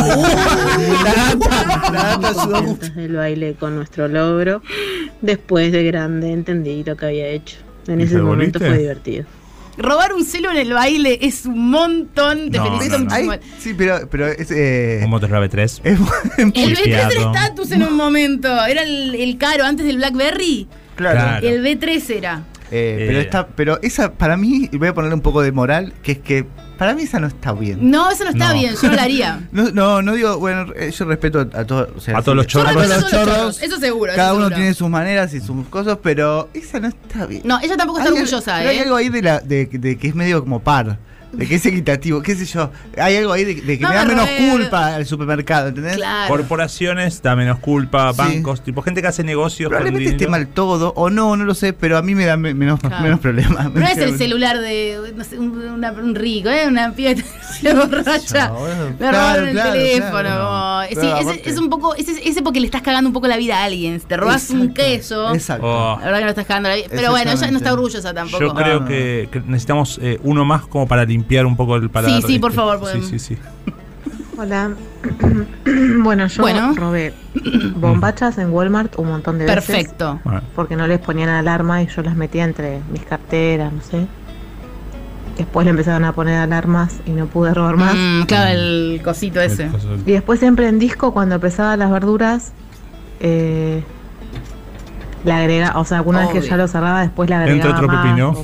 del baile con nuestro logro. Después de grande entendí lo que había hecho. En ese momento fue divertido. Robar un celo en el baile es un montón. Te felicito muchísimo. Sí, pero es. Un Motorola V3. El V3 era estatus en un momento. Era el caro antes del Blackberry. Claro. El V3 era. Pero esa, para mí, voy a ponerle un poco de moral, que es que para mí esa no está bien. No, esa no está bien, yo no la haría. No digo, bueno, yo respeto a todos, o sea, a todos los chorros. Eso seguro. Cada uno tiene sus maneras y sus cosas, pero esa no está bien. No, ella tampoco está orgullosa, Pero hay algo ahí de que es medio como par. De que es equitativo, qué sé yo. Hay algo ahí de que me da menos culpa al supermercado, ¿entendés? Claro. Corporaciones da menos culpa, bancos, tipo gente que hace negocios. Probablemente esté mal todo, o no lo sé, pero a mí me da menos problemas. No es el celular de no sé, un rico, una piba que se borracha. Le robaron el teléfono. Claro. Sí, es un poco, ese porque le estás cagando un poco la vida a alguien. Si te robas un queso, la verdad que no estás cagando la vida. Pero bueno, ella no está orgullosa tampoco. Yo creo que necesitamos uno más como para limpiar un poco el paladar. Sí, por favor. Sí. Hola. Bueno, yo robé bombachas en Walmart un montón de veces. Perfecto. Porque no les ponían alarma y yo las metía entre mis carteras, no sé. Después le empezaron a poner alarmas y no pude robar más. Claro, el cosito ese. Y después siempre en disco, cuando pesaba las verduras, le agregaba, o sea, una vez que ya lo cerraba, después le agregaba otro más, pepino.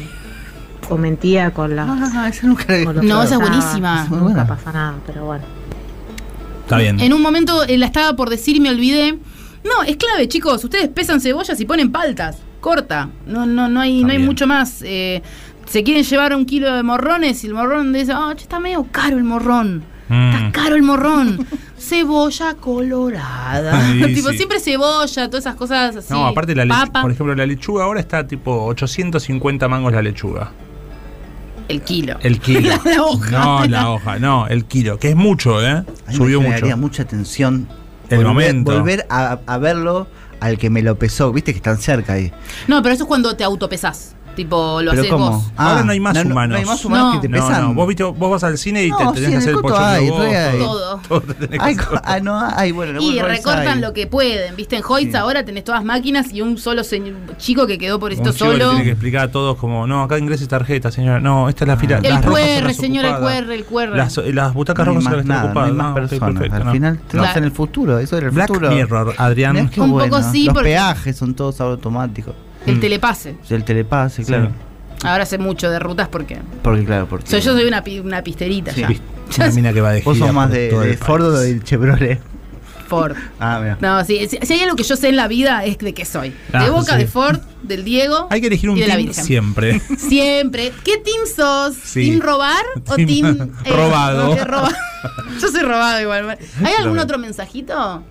O mentía con las... esa nunca no, esa es buenísima. Nunca pasa nada, pero bueno. Está bien. En un momento la estaba por decir y me olvidé. No, es clave, chicos. Ustedes pesan cebollas y ponen paltas. Corta. No hay mucho más. Se quieren llevar 1 kilo de morrones y el morrón dice, está medio caro el morrón. Está caro el morrón. Cebolla colorada. Tipo, siempre cebolla, todas esas cosas así. No, aparte por ejemplo, la lechuga ahora está tipo 850 mangos la lechuga. El kilo. La hoja. No, la hoja, no, el kilo, que es mucho, Subió mucho. Me mucha atención el momento. Volver a verlo al que me lo pesó, viste que están cerca ahí. No, pero eso es cuando te autopesás. Tipo, lo haces vos. Ahora no hay más humanos. No hay más humanos que te pesan. No. Vos vas al cine y te tenés que hacer el pochoclo vos. Todo. Bueno, y recortan lo que pueden. Viste, en Hoyts ahora tenés todas máquinas y un solo chico que quedó por esto solo. Le tiene que explicar a todos como, no, acá ingrese tarjeta, señora. No, esta es la fila. El QR, señora, el QR. Las butacas rojas se están ocupadas. No hay más personas. Al final estamos en el futuro. Eso era el futuro. Black Mirror, Adrián. Un poco sí. Los peajes son todos automáticos. El telepase. El telepase, claro. Ahora sé mucho de rutas porque yo soy una pisterita ya. Una mina que va de gira. Vos sos más de Ford o del Chevrolet. Ford. Mira. No, si hay algo que yo sé en la vida es de qué soy. De Boca, de Ford, del Diego. Hay que elegir un team siempre. Siempre. ¿Qué team sos? Sí. ¿Team robar o team robado? Yo soy robado igual. ¿Hay algún otro mensajito?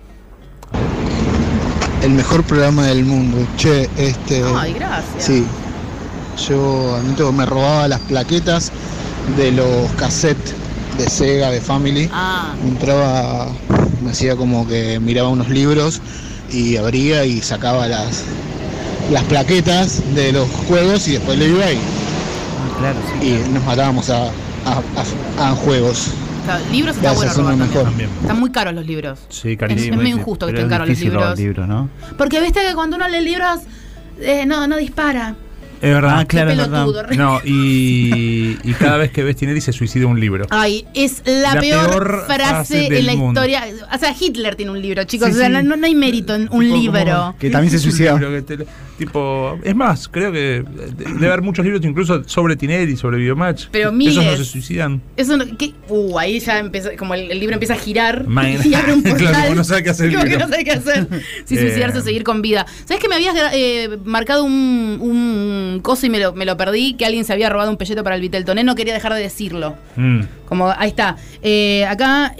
El mejor programa del mundo. Ay, gracias. Sí. yo admito que me robaba las plaquetas de los cassettes de Sega, de Family. Entraba, me hacía como que miraba unos libros y abría y sacaba las plaquetas de los juegos y después le iba ahí. Claro, sí, y nos matábamos a juegos. Claro, libros está bueno robar también. Están muy caros los libros. Sí, carísimo. Es muy injusto que estén caros los libros. ¿No? Porque viste que cuando uno lee libros, no dispara. Es verdad, claro, es verdad. No, y cada vez que ves Tinelli se suicida un libro. Ay, es la peor frase en la historia. O sea, Hitler tiene un libro, chicos. Sí, o sea, sí. no hay mérito en un libro. Que también se suicidó. Tipo, es más, creo que debe haber muchos libros incluso sobre Tinelli, sobre Videomatch. Pero miles. Esos no se suicidan. Eso no, ahí ya empieza, como el libro empieza a girar y abre un portal. Claro, no sabe qué hacer. Como que no sabe qué hacer. Si suicidarse o seguir con vida. ¿Sabes que me habías marcado un coso y me lo perdí? Que alguien se había robado un pelleto para el Viteltoné. No quería dejar de decirlo. Como, ahí está. Acá,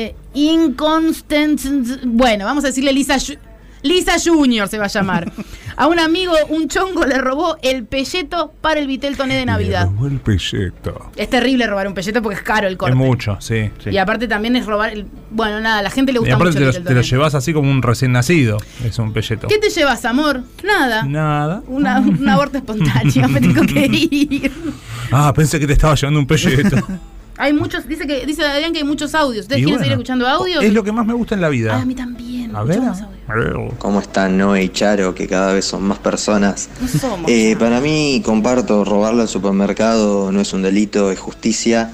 Inconstant. Bueno, vamos a decirle Lisa Junior se va a llamar. A un amigo, un chongo le robó el pelleto para el Viteltoné de Navidad. Le robó el pelleto. Es terrible robar un pelleto porque es caro el corte. Es mucho, sí. Y aparte también es robar bueno, nada, a la gente le gusta mucho el Viteltoné. Te lo llevas así como un recién nacido. Es un pelleto. ¿Qué te llevas, amor? Nada. Un aborto espontáneo. Me tengo que ir. Pensé que te estaba llevando un pelleto. Hay muchos, dice Adrián que hay muchos audios. ¿Ustedes quieren seguir escuchando audios? Es lo que más me gusta en la vida. A mí también. A ver. ¿Cómo están Noé y Charo? Que cada vez son más personas. No somos. Para mí, comparto, robarlo al supermercado no es un delito, es justicia.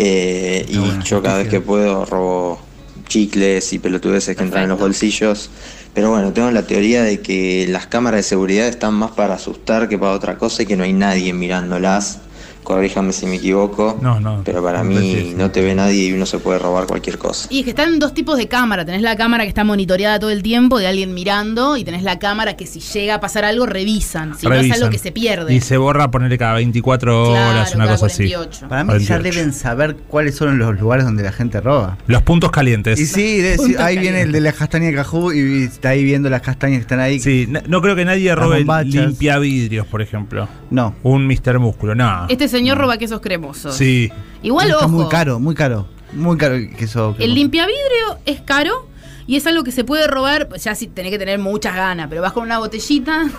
Yo cada vez que puedo robo chicles y pelotudeces que entran en los bolsillos. Pero bueno, tengo la teoría de que las cámaras de seguridad están más para asustar que para otra cosa y que no hay nadie mirándolas. Corríjame si me equivoco, pero para mí no te ve nadie y uno se puede robar cualquier cosa. Y es que están dos tipos de cámara. Tenés la cámara que está monitoreada todo el tiempo de alguien mirando y tenés la cámara que si llega a pasar algo revisan. Si no es algo que se pierde. Y se borra ponerle cada 24 horas, una cosa 48. así. Para mí ya deben saber cuáles son los lugares donde la gente roba. Los puntos calientes. Y sí, ahí viene el de la castaña de Cajú y está ahí viendo las castañas que están ahí. Sí, no creo que nadie robe limpiavidrios, por ejemplo. No. Un Mr. Músculo, no. Este señor roba quesos cremosos. Sí. Igual, está ojo. muy caro el queso cremoso. El limpiavidrio es caro y es algo que se puede robar, ya si tenés que tener muchas ganas, pero vas con una botellita.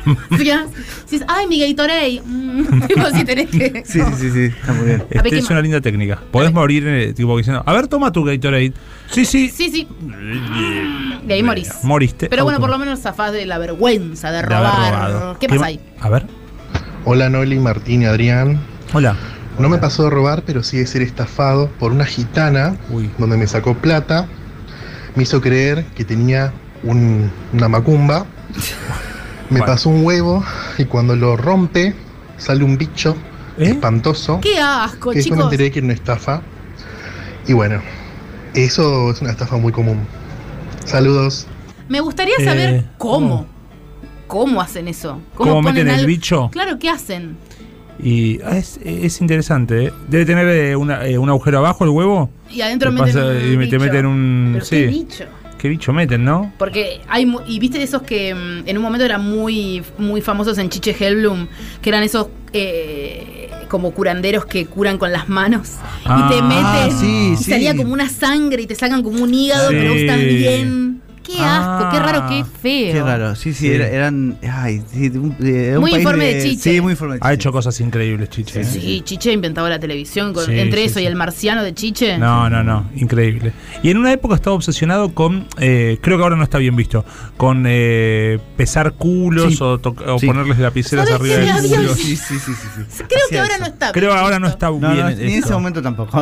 Si es, ay, mi Gatorade. Tipo, si tenés que. Sí, está muy bien. Es una linda técnica. Podés morir tipo diciendo, a ver, toma tu Gatorade. Sí. De ahí morís. Moriste. Pero bueno, por lo menos zafás de la vergüenza de robar. ¿Qué pasa ahí? A ver. Hola Noli, Martín y Adrián. Hola. No me pasó de robar, pero sí de ser estafado por una gitana donde me sacó plata. Me hizo creer que tenía una macumba. Me pasó un huevo y cuando lo rompe sale un bicho espantoso. ¡Qué asco, chicos! Después me enteré que era una estafa. Y bueno, eso es una estafa muy común. Saludos. Me gustaría saber cómo. ¿Cómo hacen eso? ¿Cómo meten el bicho? Claro, ¿qué hacen? Y es interesante, ¿eh? Debe tener un agujero abajo el huevo. Y adentro te meten un... ¿Pero qué bicho? ¿Qué bicho meten, no? Porque y viste esos que en un momento eran muy, muy famosos en Chiche Hellblum, que eran esos como curanderos que curan con las manos y te meten y salía como una sangre y te sacan como un hígado, pero están bien. Qué asco, qué raro, qué feo. Qué raro, eran... muy informe de Chiche. Sí, muy informe de Chiche. Ha hecho cosas increíbles, Chiche. Sí, Chiche inventaba la televisión entre eso y el marciano de Chiche. No, increíble. Y en una época estaba obsesionado con, creo que ahora no está bien visto, con pesar culos o ponerles lapiceras arriba del culo. Sí. Creo que ahora no está. Creo que ahora no está bien. Ni en ese momento tampoco.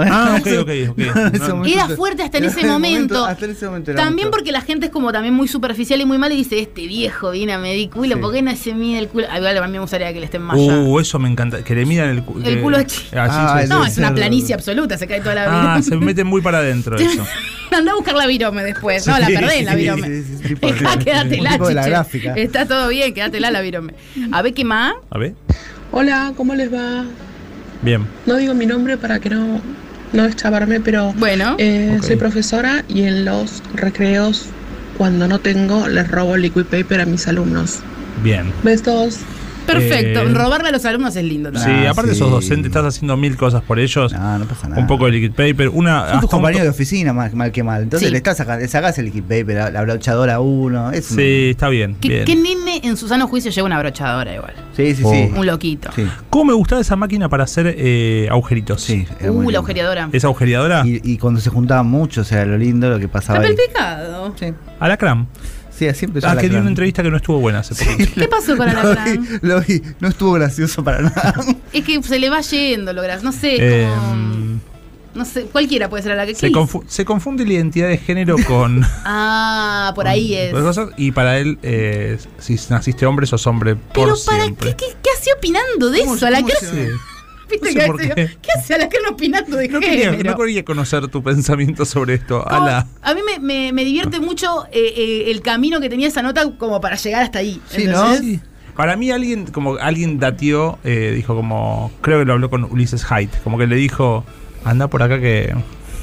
Ok. Era fuerte hasta en ese momento. También porque la gente es como también muy superficial y muy mal y dice, este viejo viene a medir culo, ¿por qué no se mide el culo? Igual a mí me gustaría que le estén más allá. Eso me encanta, que le midan el culo. El culo es no, es una planicie absoluta, se cae toda la virome. Se meten muy para adentro eso. Anda a buscar la virome después. No, la perdés la virome. Quédatela, Chiche. Está todo bien, quédatela la virome. A ver, ¿qué más? A ver. Hola, ¿cómo les va? Bien. No digo mi nombre para que no deschavarme, pero bueno, soy profesora y en los recreos, cuando no tengo, les robo liquid paper a mis alumnos. Bien. Besos. Perfecto, robarle a los alumnos es lindo también. Sí, aparte sos docente, estás haciendo 1000 cosas por ellos. No pasa nada. Un poco de liquid paper. Son tus compañeros de oficina, mal que mal. Entonces le sacás el liquid paper, la brochadora a uno. Está bien. ¿Qué nene en su sano juicio lleva una brochadora igual? Sí. Un loquito. Sí. ¿Cómo me gustaba esa máquina para hacer agujeritos? Sí. La agujereadora. ¿Esa agujereadora? Y cuando se juntaban mucho, o sea, lo lindo, lo que pasaba. Papel picado. Sí. Alacrán. Sí, siempre que dio una entrevista que no estuvo buena hace poco. ¿Qué pasó con Alacrán? Lo vi, no estuvo gracioso para nada. Es que se le va yendo lo gracioso. No sé, no sé, cualquiera puede ser Alacrán. Se confunde la identidad de género con. Por ahí es. Y para él, si naciste hombre, sos hombre por siempre. ¿Qué hacía opinando de eso? Alacrán. ¿Viste no sé ¿Qué hace Alacrán opinando de género? No quería conocer tu pensamiento sobre esto. A mí me divierte mucho el camino que tenía esa nota como para llegar hasta ahí. Sí, ¿no? Sí. Para mí alguien dateó, dijo como, creo que lo habló con Ulises Haidt, como que le dijo, anda por acá que...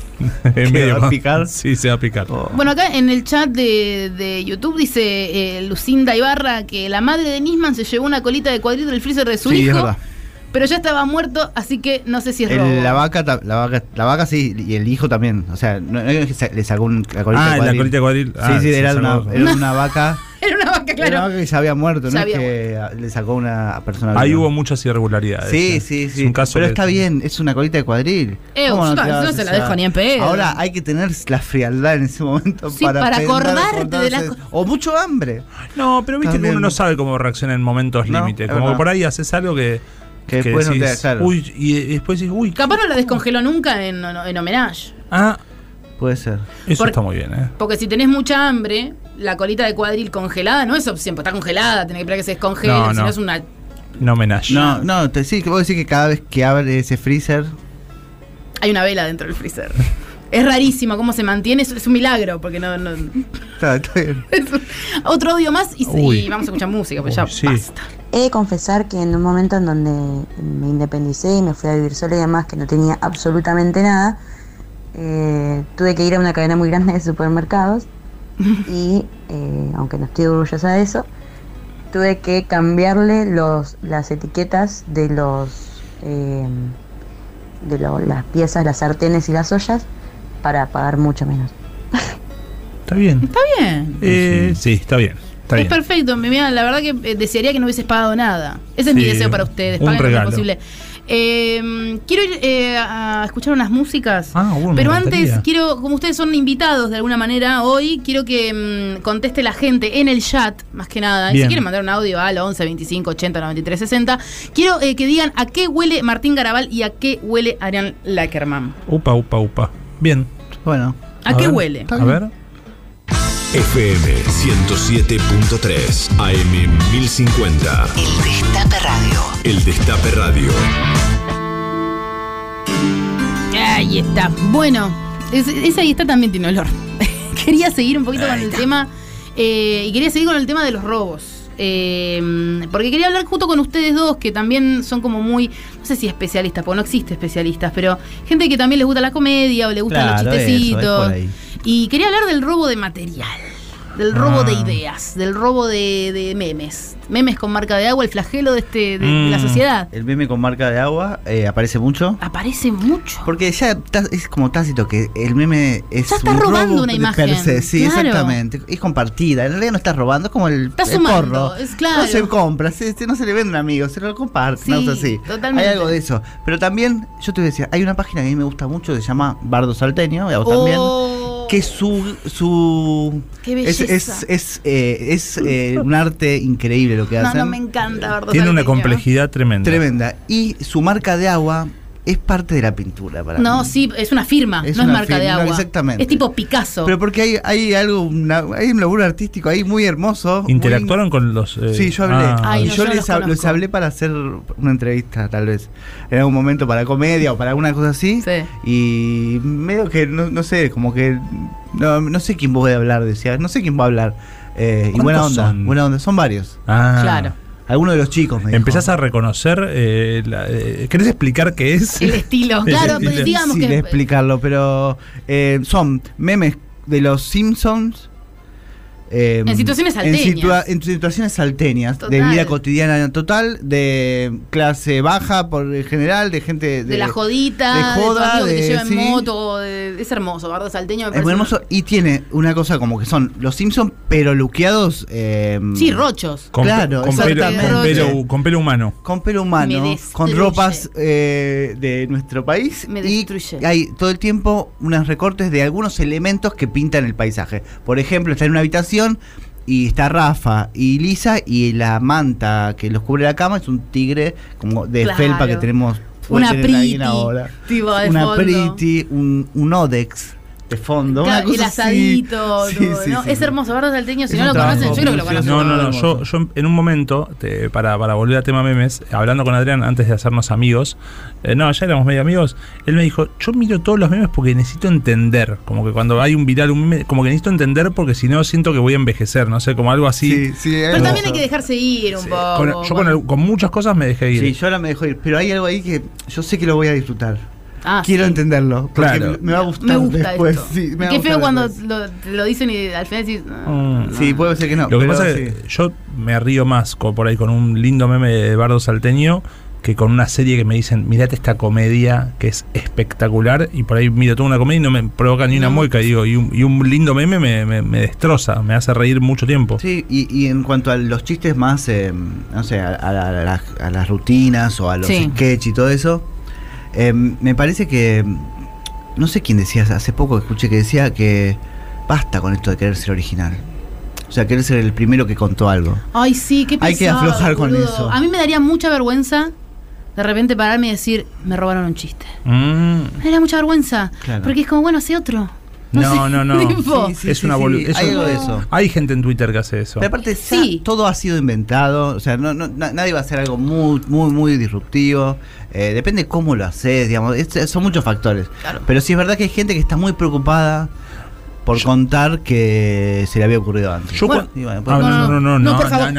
¿Se va a picar? Sí, se va a picar. Bueno, acá en el chat de YouTube dice Lucinda Ibarra que la madre de Nisman se llevó una colita de cuadrito del freezer de su hijo. Es verdad. Pero ya estaba muerto, así que no sé si es robo. La vaca sí, y el hijo también. O sea, no es que le sacó la colita de cuadril. La colita de cuadril. Sí, era una vaca. Era una vaca, claro. Era una vaca que ya había muerto, no es que le sacó una persona. Ahí hubo muchas irregularidades. Sí. Es un caso pero está bien, es una colita de cuadril. No se la dejo ni en pedo. Ahora hay que tener la frialdad en ese momento para acordarte de la... O mucho hambre. No, pero viste que uno no sabe cómo reacciona en momentos límite. Como que por ahí haces algo que después decís, no te da claro. Uy, y después decís, uy. Capaz no la descongeló nunca en homenaje. Puede ser. Eso está muy bien, Porque si tenés mucha hambre, la colita de cuadril congelada no es opción, porque está congelada, tenés que esperar que se descongele, si no es una... No homenaje. Sí, que vos decís que cada vez que abre ese freezer... Hay una vela dentro del freezer. Es rarísimo cómo se mantiene, es un milagro, porque no... Está bien. Otro audio más y vamos a escuchar música, pues basta. He de confesar que en un momento en donde me independicé y me fui a vivir sola y demás, que no tenía absolutamente nada, tuve que ir a una cadena muy grande de supermercados y, aunque no estoy orgullosa de eso, tuve que cambiarle las etiquetas de las piezas, las sartenes y las ollas para pagar mucho menos. Está bien. Está bien. Sí, está bien. Es perfecto, mira, la verdad que desearía que no hubieses pagado nada. Ese es mi deseo para ustedes, paguen lo más posible. Quiero ir a escuchar unas músicas, pero antes quiero, como ustedes son invitados de alguna manera hoy, quiero que conteste la gente en el chat, más que nada. Y si quieren mandar un audio al 11 25 80 93 60, quiero que digan a qué huele Martín Garabal y a qué huele Arián Lackerman. Upa. Bien. Bueno. ¿A qué huele? A ver. FM 107.3 AM 1050. El Destape Radio. El Destape Radio. Ahí está. Bueno, esa ahí está también tiene olor. Quería seguir un poquito con el tema y quería seguir con el tema de los robos. Porque quería hablar justo con ustedes dos, que también son como muy, no sé si especialistas, porque no existe especialistas, pero gente que también les gusta la comedia o le gustan los chistecitos. Y quería hablar del robo de material, del robo de ideas, del robo de memes. Memes con marca de agua, el flagelo de la sociedad. El meme con marca de agua aparece mucho. Aparece mucho. Porque ya es como tácito que el meme es ya está robando robo una imagen. Sí, claro. Exactamente. Es compartida. En realidad no estás robando, es como el porro. Es claro. No se compra, no se le vende a un amigo, se lo comparte. Sí, no, así. Totalmente. Hay algo de eso. Pero también, yo te voy a decir, hay una página que a mí me gusta mucho, se llama Bardo Salteño, y a vos también. Que Qué belleza. Es un arte increíble lo que hacen. No, me encanta Bardo Tiene Salteño. una complejidad tremenda. Y su marca de agua es parte de la pintura para mí. Sí, es una firma, no es marca de agua. Exactamente. Es tipo Picasso. Pero porque hay algo, hay un laburo artístico ahí muy hermoso. ¿Interactuaron con los...? Sí, yo hablé. Yo les hablé para hacer una entrevista, tal vez. En algún momento para comedia o para alguna cosa así. Sí. Y medio que, no sé, como que... No sé quién voy a hablar, decía. No sé quién va a hablar. Y buena onda. Son varios. Claro. Alguno de los chicos me empezás dijo. A reconocer. ¿Querés explicar qué es? El estilo, claro, pero digamos que. Sí, explicarlo, pero son memes de los Simpsons en situaciones salteñas. En situaciones salteñas, Total. de vida cotidiana total, de clase baja por el general, de gente de la jodita, de joda, tu amigo que te lleva sí. en moto, es hermoso, Bardo Salteño me es muy hermoso y tiene una cosa como que son los Simpsons pero luqueados sí, rochos. Claro, con pelo humano. Con pelo humano, con ropas de nuestro país. Me y destruye. hay todo el tiempo unos recortes de algunos elementos que pintan el paisaje. Por ejemplo, está en una habitación y está Rafa y Lisa y la manta que los cubre la cama es un tigre como de felpa que tenemos. Una Pretty, ahora. Tipo de una fondo. Pretty, un Odex de fondo. Claro, una cosa el asadito, así. todo, Sí, ¿no? sí, Es sí. hermoso, Bardo Salteño, si Es no un lo conocen, trabajo yo creo que lo conocen. No, yo en un momento, para volver al tema memes, hablando con Adrián antes de hacernos amigos, ya éramos medio amigos, él me dijo, yo miro todos los memes porque necesito entender, como que cuando hay un viral, un meme, como que necesito entender porque si no siento que voy a envejecer, no sé, como algo así. Pero también hay que dejarse ir un poco. Yo con muchas cosas me dejé ir. Sí, yo ahora me dejo ir, pero hay algo ahí que yo sé que lo voy a disfrutar. Quiero sí. entenderlo, porque Claro. me va a gustar Me gusta después. esto. Sí, me va a Qué gustar feo cuando después. te lo dicen y al final decís. Sí, puede ser que no. Lo que pero pasa es sí. que yo me río más por ahí con un lindo meme de Bardo Salteño que con una serie que me dicen, mirate esta comedia que es espectacular, y por ahí miro toda una comedia y no me provoca ni una mueca, y digo, y un lindo meme me destroza, me hace reír mucho tiempo. Sí, y en cuanto a los chistes más, no sé, a las rutinas o a los sketch y todo eso, me parece que, no sé quién decía, hace poco escuché que decía que basta con esto de querer ser original. O sea, querer ser el primero que contó algo. Ay, sí, qué pesado. Hay que aflojar con boludo. eso. A mí me daría mucha vergüenza de repente pararme y decir, me robaron un chiste. Me daría mucha vergüenza. Claro. Porque es como, bueno, hace otro. No. Tipo. Es una boludez. Hay algo de eso. Hay gente en Twitter que hace eso. Pero aparte, todo ha sido inventado. O sea, nadie va a hacer algo muy disruptivo. Depende cómo lo haces, digamos. Son muchos factores. Claro. Pero sí es verdad que hay gente que está muy preocupada por contar que se le había ocurrido antes. No, por favor,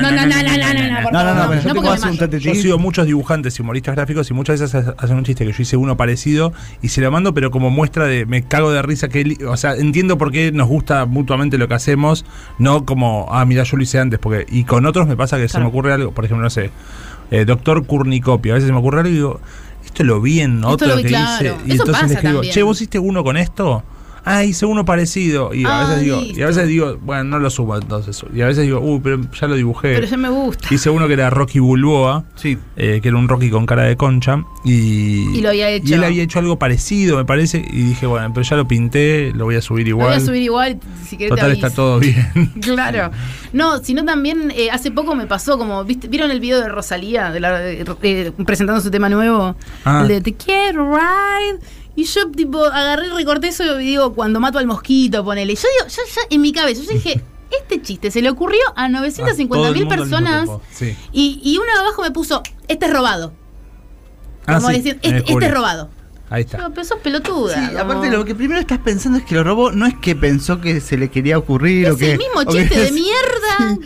yo sigo muchos dibujantes y humoristas gráficos y muchas veces hacen un chiste que yo hice uno parecido y se lo mando, pero como muestra de me cago de risa que él, o sea, entiendo por qué nos gusta mutuamente lo que hacemos, no como, mira, yo lo hice antes, porque y con otros me pasa que se me ocurre algo, por ejemplo, no sé, Doctor Kurnicopia, a veces se me ocurre algo y digo, esto lo vi en otro que hice, y eso entonces le escribo, también. che, ¿vos hiciste uno con esto? Hice uno parecido. Y a veces digo, bueno, no lo subo entonces. Y a veces digo, pero ya lo dibujé. Pero ya me gusta. Hice uno que era Rocky Bulboa, que era un Rocky con cara de concha. Y lo había hecho. Y él había hecho algo parecido, me parece. Y dije, bueno, pero ya lo pinté, lo voy a subir igual. Lo voy a subir igual, si querés. Total, está todo bien. Claro. No, sino también hace poco me pasó como, ¿vieron el video de Rosalía presentando su tema nuevo? El de Te quiero ride. Y yo, tipo, agarré y recorté eso y digo, cuando mato al mosquito, ponele. Yo digo, yo en mi cabeza, yo dije, este chiste se le ocurrió a 950.000 personas. Sí. Y uno de abajo me puso, este es robado. Como decir, este es robado. Ahí está. Pero sos pelotuda. Sí, aparte lo que primero estás pensando es que lo robó, no es que pensó que se le quería ocurrir. Es o que, el mismo chiste de mierda.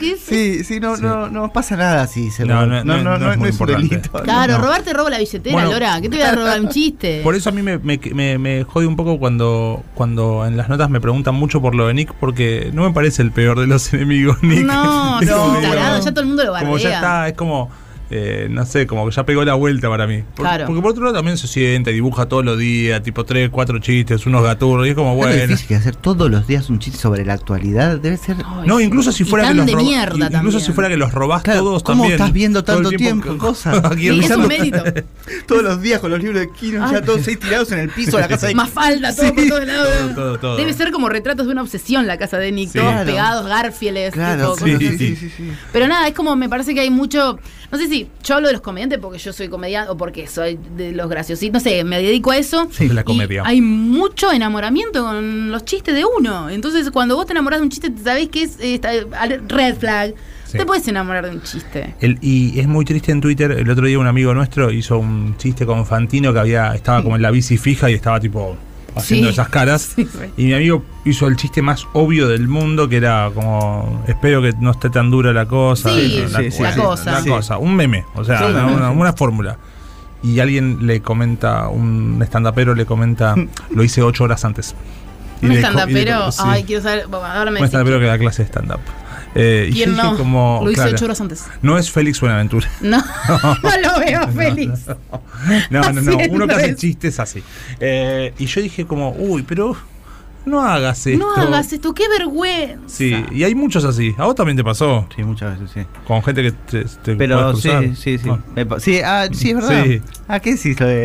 No pasa nada si se no es un delito. Claro, robarte robo la billetera, Lora. ¿Qué te voy a robar un chiste? Por eso a mí me jode un poco cuando en las notas me preguntan mucho por lo de Nick, porque no me parece el peor de los enemigos, Nick. No, tarado, ya todo el mundo lo bardea. Como ya está, es como... no sé, como que ya pegó la vuelta para mí. Claro. Porque por otro lado también se siente, dibuja todos los días, tipo 3, 4 chistes, unos gaturros, y es como, bueno. Es difícil que hacer todos los días un chiste sobre la actualidad, debe ser... No, incluso si fuera que los incluso si fuera que los robás todos ¿cómo también. ¿Cómo estás viendo tanto tiempo cosas? Es un mérito. Todos los días con los libros de Kino, ya todos 6 tirados en el piso de la casa de Más falda, todo por todos lados. Todo. Debe ser como retratos de una obsesión la casa de Nick, Sí. todos Claro. pegados, Garfieles. Claro, tipo, cosas así. sí. Pero nada, es como, me parece que hay mucho. No sé si yo hablo de los comediantes porque yo soy comediante o porque soy de los graciositos. No sé, me dedico a eso. Sí, la comedia. Hay mucho enamoramiento con los chistes de uno. Entonces, cuando vos te enamorás de un chiste, sabés que es red flag. Sí. Te puedes enamorar de un chiste. Y es muy triste en Twitter. El otro día un amigo nuestro hizo un chiste con Fantino que estaba como en la bici fija y estaba tipo haciendo esas caras. Sí. Y mi amigo hizo el chiste más obvio del mundo, que era como, espero que no esté tan dura la cosa. La cosa. Un meme, o sea, una fórmula. Y alguien le comenta, un stand-upero le comenta, lo hice 8 horas antes. Un stand-upero. Ay, quiero saber. Ahora me un stand-upero que da clase de stand-up. Y yo dije como, lo hice 8 horas antes. No es Félix Buenaventura. No lo veo a Félix. No. Uno que hace chistes así. Y yo dije como, uy, pero no hagas esto. No hagas esto, qué vergüenza. Sí, y hay muchos así. ¿A vos también te pasó? Sí, muchas veces, sí. Con gente que te pero sí, cruzar. sí. Oh. Sí, es verdad. Sí. ¿Qué decís? Lo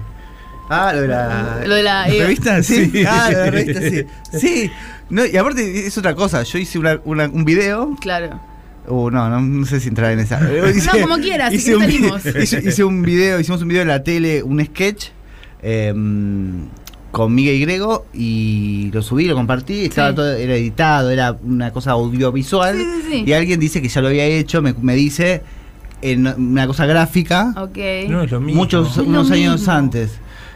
de la revista, ¿sí? Sí. Lo de la revista, sí. Sí. No, y aparte es otra cosa. Yo hice un video. Claro. No sé si entrar en esa. No, como quieras, hice un video, hicimos un video en la tele, un sketch con Miguel y Grego, y lo subí, lo compartí, estaba todo, era editado, era una cosa audiovisual, y alguien dice que ya lo había hecho, me dice en una cosa gráfica, no es lo mismo. unos años antes.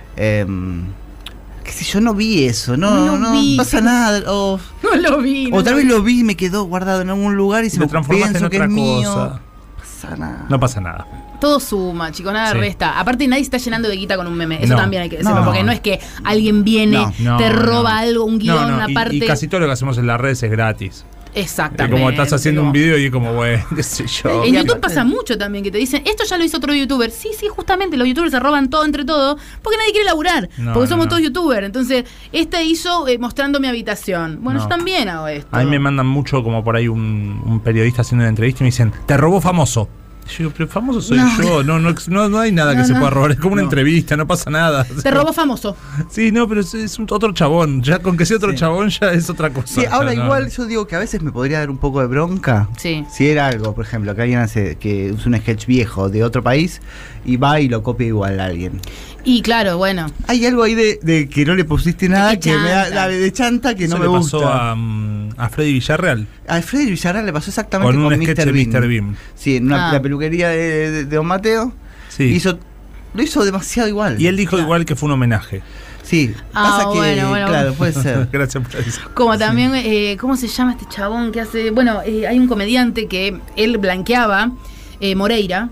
Qué sé yo, no vi eso, no pasa nada. No lo vi. O tal vez lo vi y me quedó guardado en algún lugar y se me transformaste en otra cosa. Mío. Pasa nada. No pasa nada. Todo suma, chicos, nada resta. Aparte, nadie se está llenando de guita con un meme. Eso también hay que decirlo, porque no es que alguien viene, te roba algo, un guión, aparte. Y casi todo lo que hacemos en las redes es gratis. Exactamente. Como estás haciendo un video y como, bueno, qué sé yo. En YouTube pasa mucho también que te dicen, esto ya lo hizo otro youtuber. Sí, justamente, los youtubers se roban todo entre todos porque nadie quiere laburar. Porque somos todos youtubers. Entonces, hizo mostrando mi habitación. Bueno, yo también hago esto. A mí me mandan mucho como por ahí un periodista haciendo una entrevista y me dicen, te robó famoso. Yo digo, pero famoso soy yo, no hay nada que se pueda robar, es como una entrevista, no pasa nada. Te robó famoso. Sí, no, pero es otro chabón, ya con que sea otro chabón ya es otra cosa. Sí, ahora igual yo digo que a veces me podría dar un poco de bronca. Sí. Si era algo, por ejemplo, que alguien hace, que es un sketch viejo de otro país y va y lo copia igual a alguien. Y claro, bueno. Hay algo ahí de que no le pusiste nada, que me da de chanta, que eso no me gusta. Pasó a Freddy Villarreal. A Freddy Villarreal le pasó exactamente con un Mr. sketch de Mr. Bean. Sí, en la peluquería de Don Mateo. Sí. Lo hizo demasiado igual. Y él dijo igual que fue un homenaje. Sí, pasa que, bueno, claro, puede ser. Gracias por eso. Como también, ¿cómo se llama este chabón que hace? Bueno, hay un comediante que él blanqueaba, Moreira.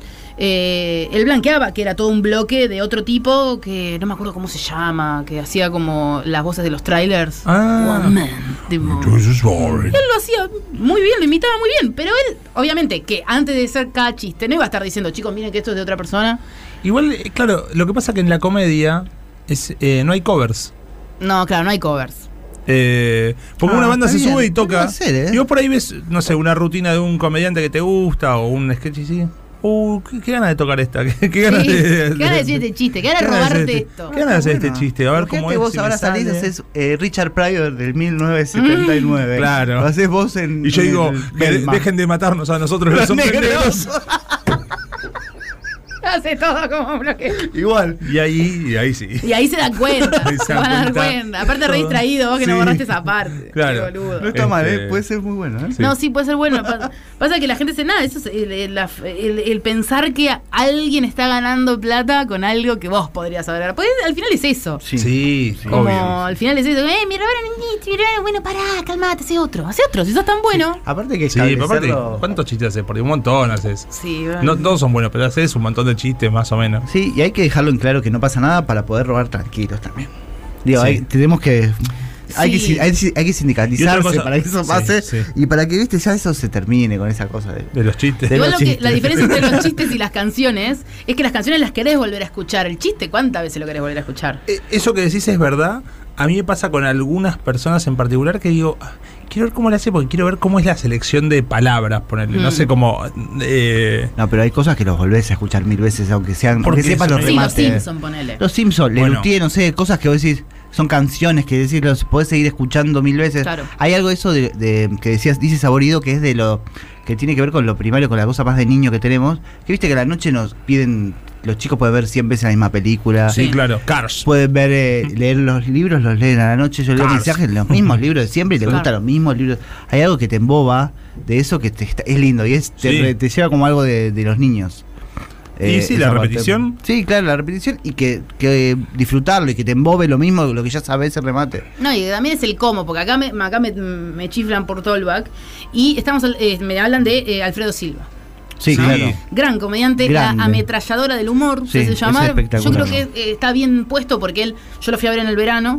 Él blanqueaba, que era todo un bloque de otro tipo que no me acuerdo cómo se llama, que hacía como las voces de los trailers. One Man. Él lo hacía muy bien, lo imitaba muy bien, pero él, obviamente, que antes de hacer cada chiste, no iba a estar diciendo, chicos, miren que esto es de otra persona. Igual, claro, lo que pasa que en la comedia no hay covers. No, claro, no hay covers. Porque una banda se sube y toca. Y vos por ahí ves, no sé, una rutina de un comediante que te gusta o un sketch y sí. Qué ganas de tocar esta. Qué ganas de decir este chiste. Qué ganas de robarte esto. Qué ganas de hacer este chiste. A ver cómo es. Vos ahora salís y haces Richard Pryor del 1979. Claro. Lo haces vos en. Y yo digo, dejen de matarnos a nosotros los negros. Hace todo como un bloque. Igual. Y ahí sí. Y ahí se dan cuenta. Se van a dar cuenta. Aparte, re distraído, vos que no borraste esa parte. Claro. Qué boludo. No está mal, puede ser muy bueno. Sí. No, sí, puede ser bueno. Pasa que la gente dice, nada, eso es el pensar que alguien está ganando plata con algo que vos podrías saber ganar. Porque al final es eso. Sí, como obvio. Al final es eso. Me robaron el nicho, bueno, pará, calmate, hace otro, si sos tan bueno. Sí. Aparte que ¿cuántos chistes haces? Porque un montón haces. Sí, bueno. No todos son buenos, pero haces un montón de chistes más o menos. Sí, y hay que dejarlo en claro que no pasa nada para poder robar tranquilos también. Digo, tenemos que... Hay que sindicalizarse para que eso pase y para que ya eso se termine con esa cosa de los chistes. Igual la diferencia entre los chistes y las canciones es que las canciones las querés volver a escuchar. El chiste, ¿cuántas veces lo querés volver a escuchar? Eso que decís es verdad. A mí me pasa con algunas personas en particular que digo, quiero ver cómo le hace porque quiero ver cómo es la selección de palabras, ponerle. No sé cómo. No, pero hay cosas que los volvés a escuchar 1000 veces, aunque sepan los remates. Los Simpsons, ponele. Los Simpsons, Lelutier, no sé, cosas que vos decís. Son canciones que decir, los podés seguir escuchando 1000 veces. Claro. Hay algo de eso de que dice Saborido, que es de lo que tiene que ver con lo primario, con la cosa más de niño que tenemos. Que viste que a la noche nos piden, los chicos pueden ver 100 veces la misma película. Sí, claro. Cars. Pueden ver, leer los libros, los leen a la noche. Yo leo mensajes, los mismos libros de siempre y te gustan los mismos libros. Hay algo que te emboba de eso que es lindo y te lleva como algo de los niños. Y sí, la repetición. Sí, claro, la repetición y que disfrutarlo y que te embobe lo mismo, lo que ya sabes el remate. No, y también es el cómo, porque acá me chiflan por Tollback y me hablan de Alfredo Silva. Sí, claro. Gran comediante, Grande. La ametralladora del humor, se llama. Yo creo que está bien puesto porque yo lo fui a ver en el verano.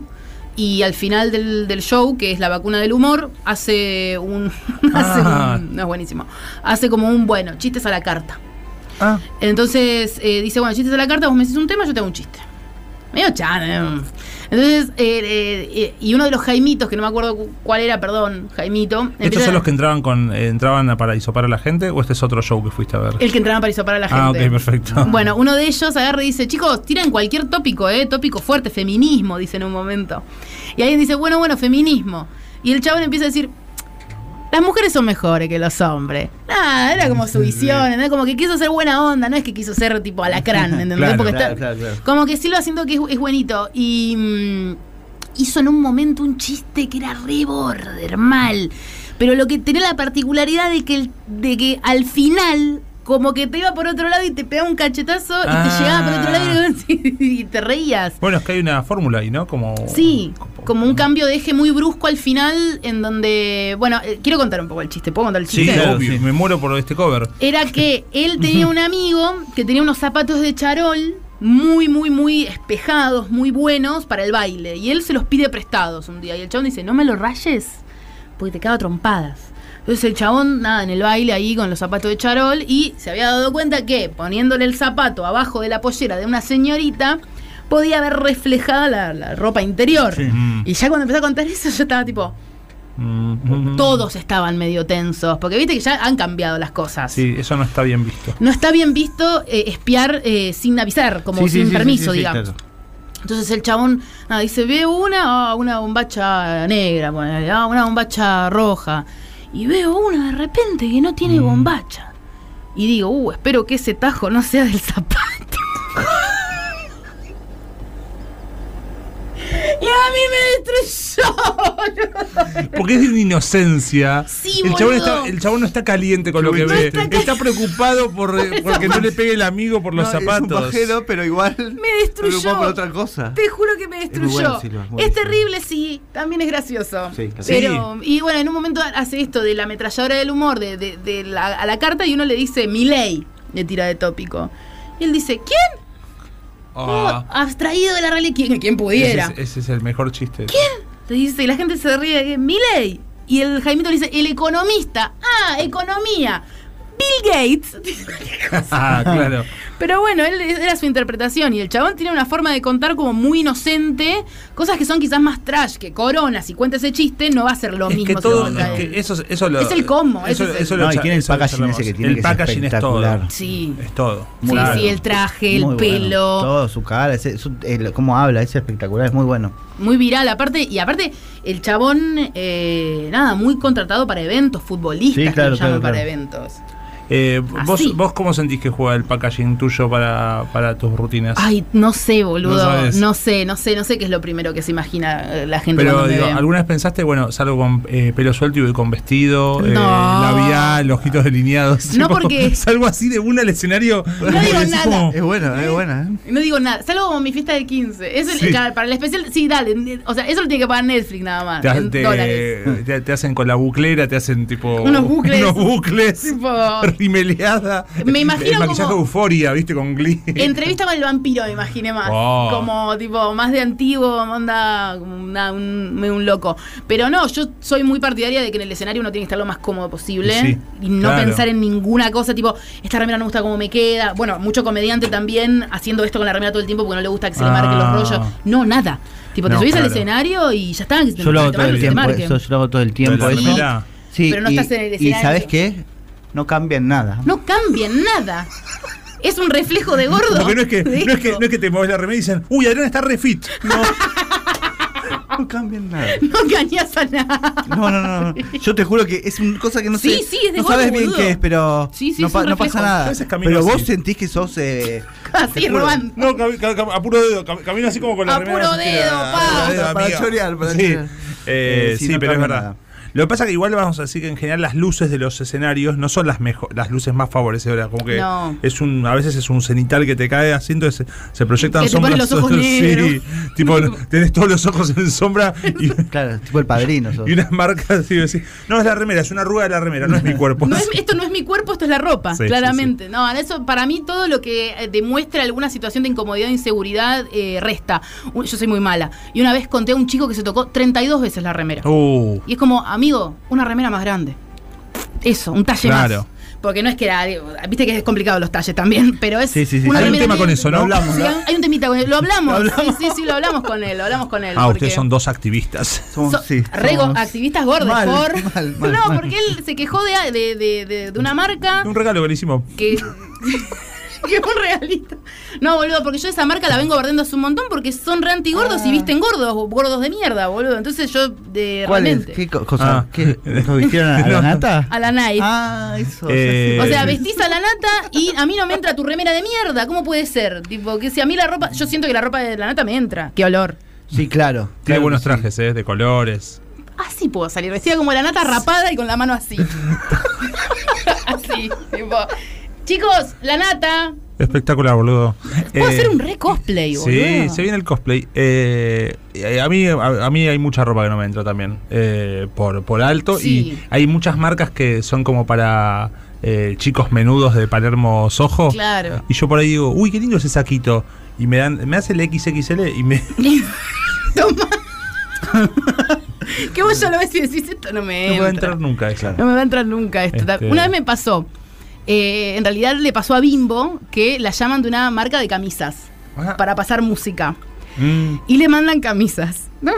Y al final del show, que es la vacuna del humor, hace un no es buenísimo. Hace como un, chistes a la carta. Entonces dice, chistes a la carta, vos me decís un tema, yo te hago un chiste. Medio chan. Entonces, y uno de los Jaimitos, que no me acuerdo cuál era, perdón, Jaimito. ¿Estos son los que entraban para hisopar a la gente o este es otro show que fuiste a ver? El que entraban para hisopar a la gente. Ok, perfecto. Bueno, uno de ellos agarra y dice, chicos, tiran cualquier tópico, tópico fuerte, feminismo, dice en un momento. Y alguien dice, bueno, feminismo. Y el chabón empieza a decir, las mujeres son mejores que los hombres. Nada, era como su visión, ¿no? Como que quiso ser buena onda, no es que quiso ser tipo alacrán, ¿entendés? Claro, porque claro. Como que sí lo haciendo que es buenito. Y hizo en un momento un chiste que era re border, mal. Pero lo que tenía la particularidad de que al final, como que te iba por otro lado y te pegaba un cachetazo y te llegaba por otro lado y te reías. Bueno, es que hay una fórmula ahí, ¿no? Sí, como un cambio de eje muy brusco al final, en donde... quiero contar un poco el chiste. ¿Puedo contar el chiste? Sí, obvio. Me muero por este cover. Era que él tenía un amigo que tenía unos zapatos de charol muy, muy, muy espejados, muy buenos para el baile. Y él se los pide prestados un día. Y el chabón dice, no me los rayes, porque te cago a trompadas. Entonces el chabón, en el baile ahí con los zapatos de charol, y se había dado cuenta que poniéndole el zapato abajo de la pollera de una señorita podía ver reflejada la ropa interior. Sí. Y ya cuando empecé a contar eso, yo estaba tipo... Todos estaban medio tensos, porque viste que ya han cambiado las cosas. Sí, eso no está bien visto. No está bien visto espiar sin avisar, como sin permiso, digamos. Claro. Entonces el chabón dice, veo una bombacha negra, una bombacha roja. Y veo una de repente que no tiene bombacha. Y digo, espero que ese tajo no sea del zapato. Y a mí me destruyó. Porque es de una inocencia. Sí, el chabón no está caliente con lo que ve. Está preocupado porque no le pegue el amigo por los zapatos. Es un pajero, pero igual me destruyó por otra cosa. Te juro que me destruyó. Es terrible, sí. También es gracioso. Sí, pero, y en un momento hace esto de la ametralladora del humor a la carta y uno le dice Milei, le tira de tópico. Y él dice, ¿quién? Abstraído de la realidad, ¿quién pudiera? Ese es el mejor chiste. ¿Quién? Le dice, y la gente se ríe, Milei. Y el Jaimito le dice, el economista. Economía. Bill Gates. Claro. Pero él era su interpretación. Y el chabón tiene una forma de contar como muy inocente, cosas que son quizás más trash, que Corona, si cuenta ese chiste, no va a ser lo mismo. Eso es el combo. Y tiene el packaging ese que tiene, el packaging es todo. Sí. Es todo. Sí, el traje, el pelo. Bueno. Todo, su cara, cómo habla, es espectacular, es muy bueno. Muy viral, aparte el chabón, muy contratado para eventos, futbolistas sí, claro, que llaman para eventos. ¿Vos cómo sentís que juega el packaging tuyo para tus rutinas? Ay, no sé, boludo. No sé qué es lo primero que se imagina la gente. Pero ¿alguna vez pensaste, salgo con pelo suelto y voy con vestido, labial, ojitos delineados? No, porque salgo así de una al escenario. No digo nada. Es buena. No digo nada. Salgo como mi fiesta del 15. Eso para el especial, sí, dale. O sea, eso lo tiene que pagar Netflix nada más. Dólares. Te hacen con la buclera, te hacen tipo unos bucles. Tipo rimeleada. Me imagino el maquillaje como de Euforia, ¿viste? Con Glee. Entrevista con el vampiro, me imaginé más. Como tipo más de antiguo, onda como un loco. Pero no, yo soy muy partidaria de que en el escenario uno tiene que estar lo más cómodo posible y no pensar en ninguna cosa, tipo, esta remera no me gusta cómo me queda. Mucho comediante también haciendo esto con la remera todo el tiempo porque no le gusta que se le marquen los rollos. No, nada. Tipo, te subís al escenario y ya está. Yo lo hago todo el tiempo. Yo lo hago todo el tiempo. Sí, pero no estás en el escenario. ¿Y sabes qué? No cambia en nada. No cambia en nada. Es un reflejo de gordo. Porque no es que te mueves la remera y dicen, uy, Adrián está re fit. No cambia en nada. No engañas a nada. No. Yo te juro que es una cosa que no sé. Sí, es de no gordo, sabes bien boludo. qué es, pero no pasa nada. Pero vos sentís que sos así robando. No, a puro dedo. Camino así como con la remera. A puro dedo, para chorear. Sí, pero es verdad. Lo que pasa que igual vamos a decir que en general las luces de los escenarios no son las luces más favorecedoras, como que No. a veces es un cenital que te cae así, entonces se proyectan Que te sombras. ponen los ojos negros. Sí, tipo, tenés todos los ojos en sombra y, Claro, tipo El Padrino. y unas marcas así, decís, no es la remera, es una arruga de la remera, no es mi cuerpo. Esto no es mi cuerpo, esto es la ropa, Sí, claramente. No, eso para mí todo lo que demuestra alguna situación de incomodidad e inseguridad resta. Yo soy muy mala. Y una vez conté a un chico que se tocó 32 veces la remera. Y es como, amigo, una remera más grande. Eso, un talle más. Porque no es que era, viste que es complicado los talles también, pero es una Hay un remera tema con eso, ¿no? Sí, Hablamos, ¿no? hay un temita con él. Lo hablamos. Sí, lo hablamos con él. Ustedes son dos activistas. Activistas gordos. Mal, No, porque él se quejó de una marca. Un regalo que le hicimos. Que es un regalito. No, boludo, porque yo esa marca la vengo bardeando hace un montón porque son re antigordos y visten gordos de mierda, boludo. Entonces yo ¿Cuál realmente. es? ¿Qué cosa? ¿Qué? ¿Lo vistieron a la nata? A la Nike. Eso. O sea, vestís a la nata y a mí no me entra tu remera de mierda. ¿Cómo puede ser? Tipo, que si a mí la ropa. Yo siento que la ropa de la nata me entra. Qué olor. Sí, claro. Tiene buenos trajes, de colores. Así puedo salir, vestida como la nata rapada y con la mano así. Así, tipo. Chicos, la nata. Espectacular, boludo. Puedo hacer un re cosplay, boludo. Sí, se viene el cosplay. A mí hay mucha ropa que no me entra también. Por alto. Sí. Y hay muchas marcas que son como para chicos menudos de Palermo Soho. Claro. Y yo por ahí digo, uy, qué lindo ese saquito. Y me hace el XXL y me. Toma. Que vos ya lo ves y decís, esto no me entra. No me va a entrar nunca, claro. No me va a entrar nunca esto. Una vez me pasó. En realidad le pasó a Bimbo que la llaman de una marca de camisas para pasar música. Y le mandan camisas. ¿No?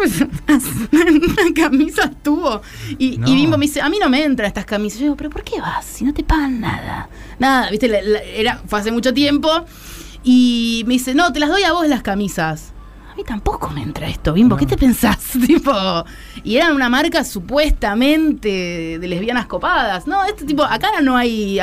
Una camisa tuvo. Y Bimbo me dice, a mí no me entran estas camisas. Yo digo, ¿pero por qué vas? Si no te pagan nada. Nada, viste, fue hace mucho tiempo. Y me dice, no, te las doy a vos las camisas. A mí tampoco me entra esto, Bimbo, ¿qué te pensás? Tipo, y eran una marca supuestamente de lesbianas copadas. No, este tipo, acá no hay,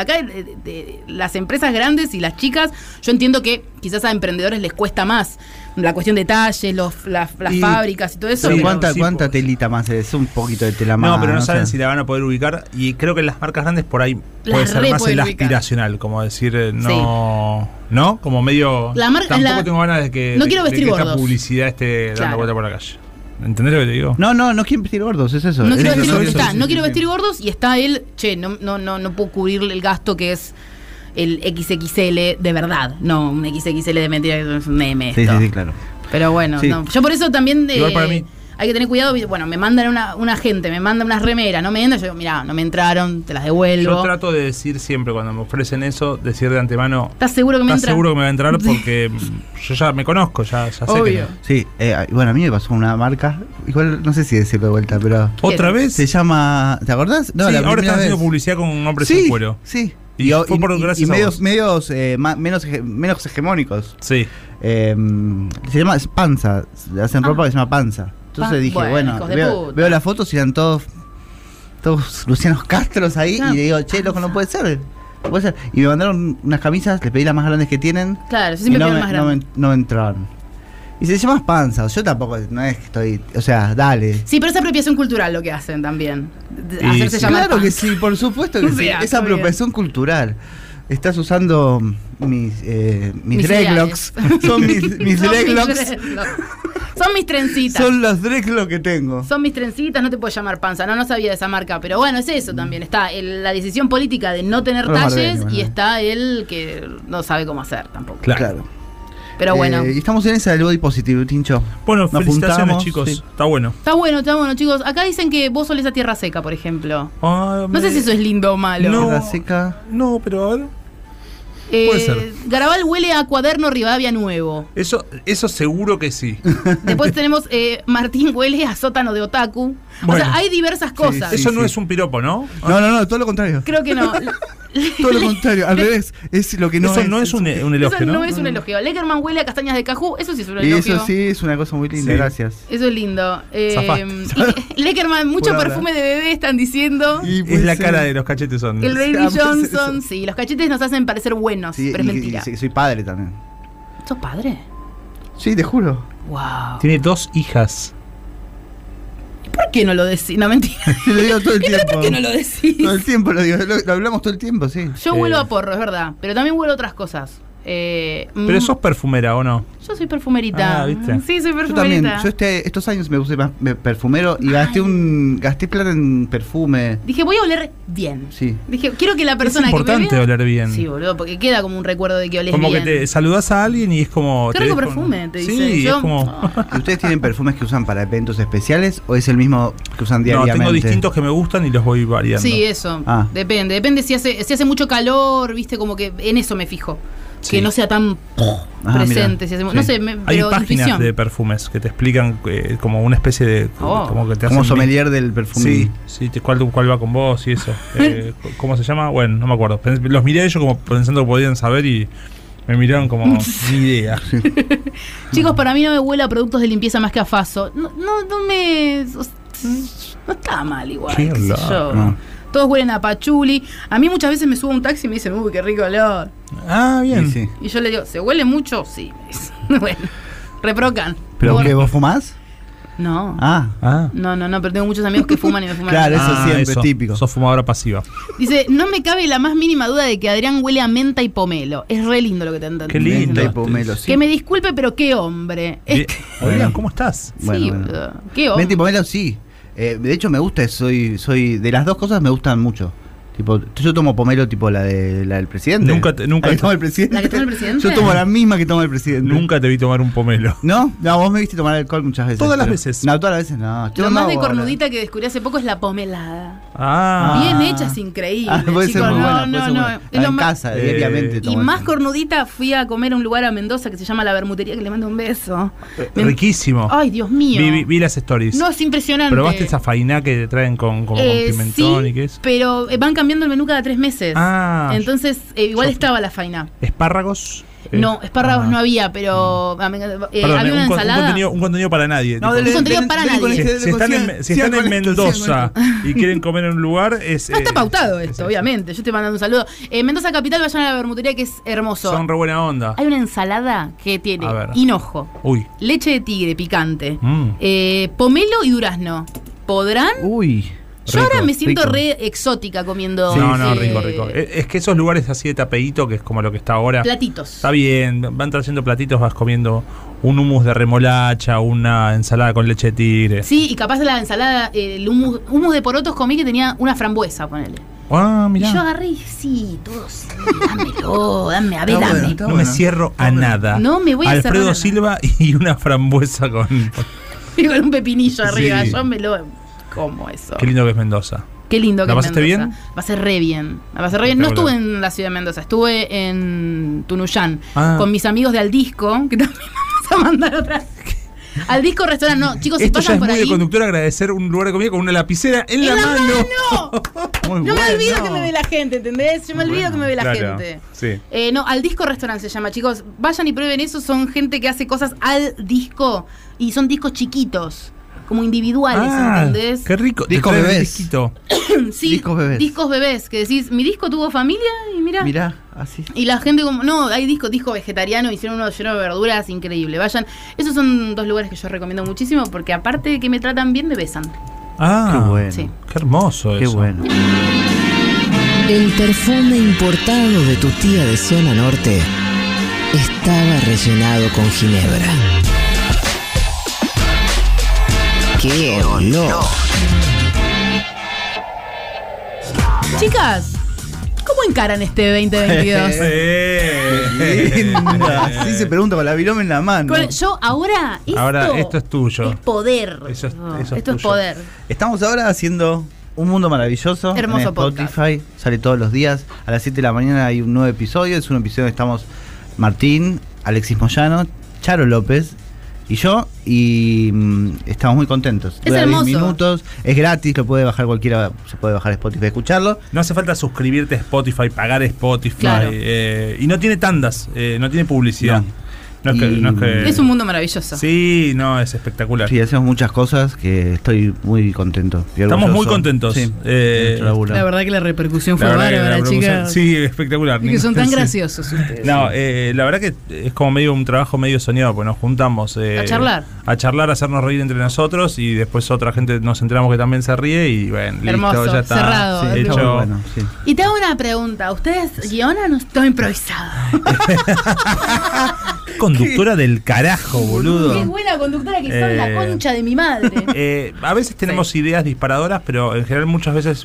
las empresas grandes y las chicas, yo entiendo que quizás a emprendedores les cuesta más la cuestión de talles, las fábricas y todo eso. Pero ¿cuánta telita más es? Un poquito de tela más. No, pero no saben si la van a poder ubicar. Y creo que en las marcas grandes por ahí puede ser más el aspiracional, como decir, no. ¿No? Como medio. Tampoco tengo ganas de que. No quiero vestir gordos. Esta publicidad esté dando vuelta por la calle. ¿Entendés lo que te digo? No quiero vestir gordos, es eso. No quiero vestir gordos y está él, no puedo cubrir el gasto que es el XXL de verdad. No, un XXL de mentira, es un meme. Sí, claro. Pero bueno, sí. No. Yo por eso también igual para mí. Hay que tener cuidado. Bueno, me mandan una gente, me manda unas remeras, no me entran. Yo digo, mirá, no me entraron, te las devuelvo. Yo trato de decir siempre cuando me ofrecen eso, decir de antemano. ¿Estás seguro que me entra? ¿Estás seguro que me va a entrar? Porque yo ya me conozco, ya sé que no. Sí, bueno, a mí me pasó una marca, igual no sé si decirlo de vuelta, pero. ¿Otra vez? Se llama. ¿Te acordás? No, sí, la ahora están haciendo publicidad con un hombre sin cuero. Sí. Y fue por gracias a vos. medios menos hegemónicos. Sí. Se llama Panza. Hacen ropa que se llama Panza. Entonces dije, bueno, veo las fotos y eran todos Lucianos Castros ahí. Y le digo, che, loco, no puede ser. Y me mandaron unas camisas, les pedí las más grandes que tienen. Claro, yo siempre pido las más grandes. No entraron. Y se llama Panza. Yo tampoco, no es que estoy. O sea, dale. Sí, pero es apropiación cultural lo que hacen también. Hacerse llamar claro Panza. Que sí, por supuesto que sí. Es apropiación cultural. Estás usando mis dreadlocks. Son mis dreadlocks. Son mis trencitas. Son los dreadlocks que tengo. Son mis trencitas, no te puedo llamar Panza. No sabía de esa marca. Pero bueno, es eso también. Está la decisión política de no tener talles y está el que no sabe cómo hacer tampoco. Claro. Pero bueno. Y estamos en esa del body positive, Tincho. Bueno, felicitaciones, chicos. Sí. Está bueno, chicos. Acá dicen que vos solés a Tierra Seca, por ejemplo. No sé si eso es lindo o malo. Tierra Seca. No, pero a ver. Puede ser. Garabal huele a cuaderno Rivadavia nuevo. Eso seguro que sí. Después tenemos Martín huele a sótano de otaku. Bueno, o sea, hay diversas cosas. Eso no es un piropo, ¿no? No, todo lo contrario. Creo que no. Todo lo contrario, al revés. Es lo que no eso es. No es un elogio, eso ¿no? No es un elogio. Leckerman huele a castañas de cajú. Eso sí es un elogio. Eso sí es una cosa muy linda, gracias. Eso es lindo. Leckerman, mucho perfume de bebé están diciendo. Es la cara de los cachetes son. El Baby Johnson, sí. Los cachetes nos hacen parecer buenos, pero es mentira. Soy padre también. ¿Sos padre? Sí, te juro. Wow. Tiene 2 hijas. ¿Por ¿Por qué no lo decís? No, mentira. Lo digo todo el tiempo. ¿Por qué no lo decís? Todo el tiempo lo digo, lo hablamos todo el tiempo, sí. Yo huelo a porro, es verdad, pero también huelo a otras cosas. Pero sos perfumera, ¿o no? Yo soy perfumerita. ¿viste? Sí, soy perfumerita. Yo también. Yo estos años me puse más perfumero y gasté plata en perfume. Dije, voy a oler bien. Sí. Dije, quiero que la persona es importante que me vea, oler bien. Sí, boludo, porque queda como un recuerdo de que olés como bien. Como que te saludás a alguien y es como... Qué rico perfume, te dice. Sí, yo, es como... ¿Ustedes tienen perfumes que usan para eventos especiales o es el mismo que usan diariamente? No, tengo distintos que me gustan y los voy variando. Sí, eso. Depende si hace mucho calor, viste, como que en eso me fijo. Sí. Que no sea tan presente. Si hacemos, sí. No sé, hay páginas de perfumes que te explican como una especie de... como que te hacen sommelier del perfume. Sí, cuál va con vos y eso. ¿Cómo se llama? Bueno, no me acuerdo. Los miré a ellos como pensando que podían saber y me miraron como ni idea. Chicos, para mí no me huele a productos de limpieza más que a Faso. No está mal igual. Qué yo. No. Todos huelen a pachuli. A mí muchas veces me subo a un taxi y me dicen, uy, qué rico olor. Ah, bien. Sí. Y yo le digo, ¿se huele mucho? Sí. Bueno, reprocan. ¿Pero qué, vos fumás? No. Ah. No, pero tengo muchos amigos que fuman y me fuman. Claro, eso siempre es típico. Sos fumadora pasiva. Dice, no me cabe la más mínima duda de que Adrián huele a menta y pomelo. Es re lindo lo que te entendí. Qué lindo. Menta y pomelo, sí. Que me disculpe, pero qué hombre. Oigan, ¿cómo estás? Sí, bueno. Qué hombre. Menta y pomelo, sí. De hecho me gusta, soy de las dos cosas me gustan mucho. Tipo, yo tomo pomelo tipo la del presidente. Nunca toma el presidente. ¿La que toma el presidente? Yo tomo la misma que toma el presidente. Nunca te vi tomar un pomelo. ¿No? No, vos me viste tomar alcohol muchas veces. Todas las veces. No, todas las veces no. Lo más de cornudita que descubrí hace poco es la pomelada. Ah. Bien hecha, es increíble. Puede chicos. ser muy buena, No. En casa, diariamente. Y más cornudita fui a comer a un lugar a Mendoza que se llama La Bermutería, que le mando un beso. Riquísimo. Ay, Dios mío. Vi las stories. No, es impresionante. ¿Probaste esa fainá que te traen con pimentón sí, y qué es? Pero van cambiando el menú cada 3 meses. Entonces, igual estaba la faina. ¿Espárragos? No, espárragos no había, pero Perdón, había una ensalada. Un contenido para nadie. No, un contenido para nadie. Si están en Mendoza y quieren comer en un lugar, no está pautado esto, obviamente. Yo estoy mandando un saludo. En Mendoza Capital vayan a la Bermutería, que es hermoso. Son re buena onda. Hay una ensalada que tiene hinojo, leche de tigre picante, pomelo y durazno. ¿Podrán? Uy. Yo ahora me siento re exótica comiendo. No, rico. Es que esos lugares así de tapeíto, que es como lo que está ahora. Platitos. Está bien, van trayendo platitos, vas comiendo un hummus de remolacha, una ensalada con leche de tigre. Sí, y capaz de la ensalada, el hummus de porotos comí que tenía una frambuesa, ponele. Ah, mirá. Y yo agarré y todos, dámelo, dame. No me cierro a nada. No me voy a cerrar. Alfredo Silva y una frambuesa con un pepinillo arriba, yo me lo... ¿Cómo eso? Qué lindo que es Mendoza. Qué lindo que es Mendoza. ¿La pasaste bien? Va a ser re bien. No estuve en la ciudad de Mendoza, estuve en Tunuyán con mis amigos de Aldisco, que también vamos a mandar otra. Aldisco Restaurante, no, chicos, si pasan por ahí. Esto ya es muy de conductor agradecer un lugar de comida con una lapicera en la mano. Yo me olvido que me ve la gente, ¿entendés? Yo me olvido que me ve la gente. Sí. No, Aldisco Restaurante se llama, chicos. Vayan y prueben eso, son gente que hace cosas al disco y son discos chiquitos. Como individuales, ¿entendés? Qué rico. Discos bebés. Sí, discos bebés. Que decís, mi disco tuvo familia y mirá. Así. Y la gente como, no, hay disco vegetariano, hicieron uno lleno de verduras, increíble. Vayan. Esos son 2 lugares que yo recomiendo muchísimo porque aparte de que me tratan bien, me besan. Qué bueno. Sí. Qué hermoso qué eso. Qué bueno. El perfume importado de tu tía de zona norte estaba rellenado con ginebra. ¡Qué olor! Chicas, ¿cómo encaran este 2022? Linda. Así se pregunta con la virome en la mano. Yo ahora esto es tuyo. Es poder. Esto es poder. Estamos ahora haciendo Un Mundo Maravilloso. Hermoso en Spotify. Podcast. Sale todos los días. A las 7 de la mañana hay un nuevo episodio. Es un episodio donde estamos Martín, Alexis Moyano, Charo López y yo, y estamos muy contentos. Es hermoso. 10 minutos, es gratis, lo puede bajar cualquiera, se puede bajar Spotify, escucharlo. No hace falta suscribirte a Spotify, pagar Spotify, claro. Y no tiene tandas, no tiene publicidad. Es un mundo maravilloso. Sí, no, es espectacular. Sí, hacemos muchas cosas que estoy muy contento. Estamos muy contentos. Sí, la verdad que la repercusión fue bárbara, chicas. Sí, espectacular. Y que son tan graciosos ustedes. No, la verdad que es como medio un trabajo medio soñado, porque nos juntamos a charlar. A hacernos reír entre nosotros y después otra gente nos enteramos que también se ríe y bueno, hermoso, listo, ya está. Cerrado. Sí, hecho. Bueno, sí. Y te hago una pregunta. ¿Ustedes guionan o estoy improvisada? Conductora del carajo, boludo. Qué buena conductora que son, la concha de mi madre. A veces tenemos ideas disparadoras, pero en general muchas veces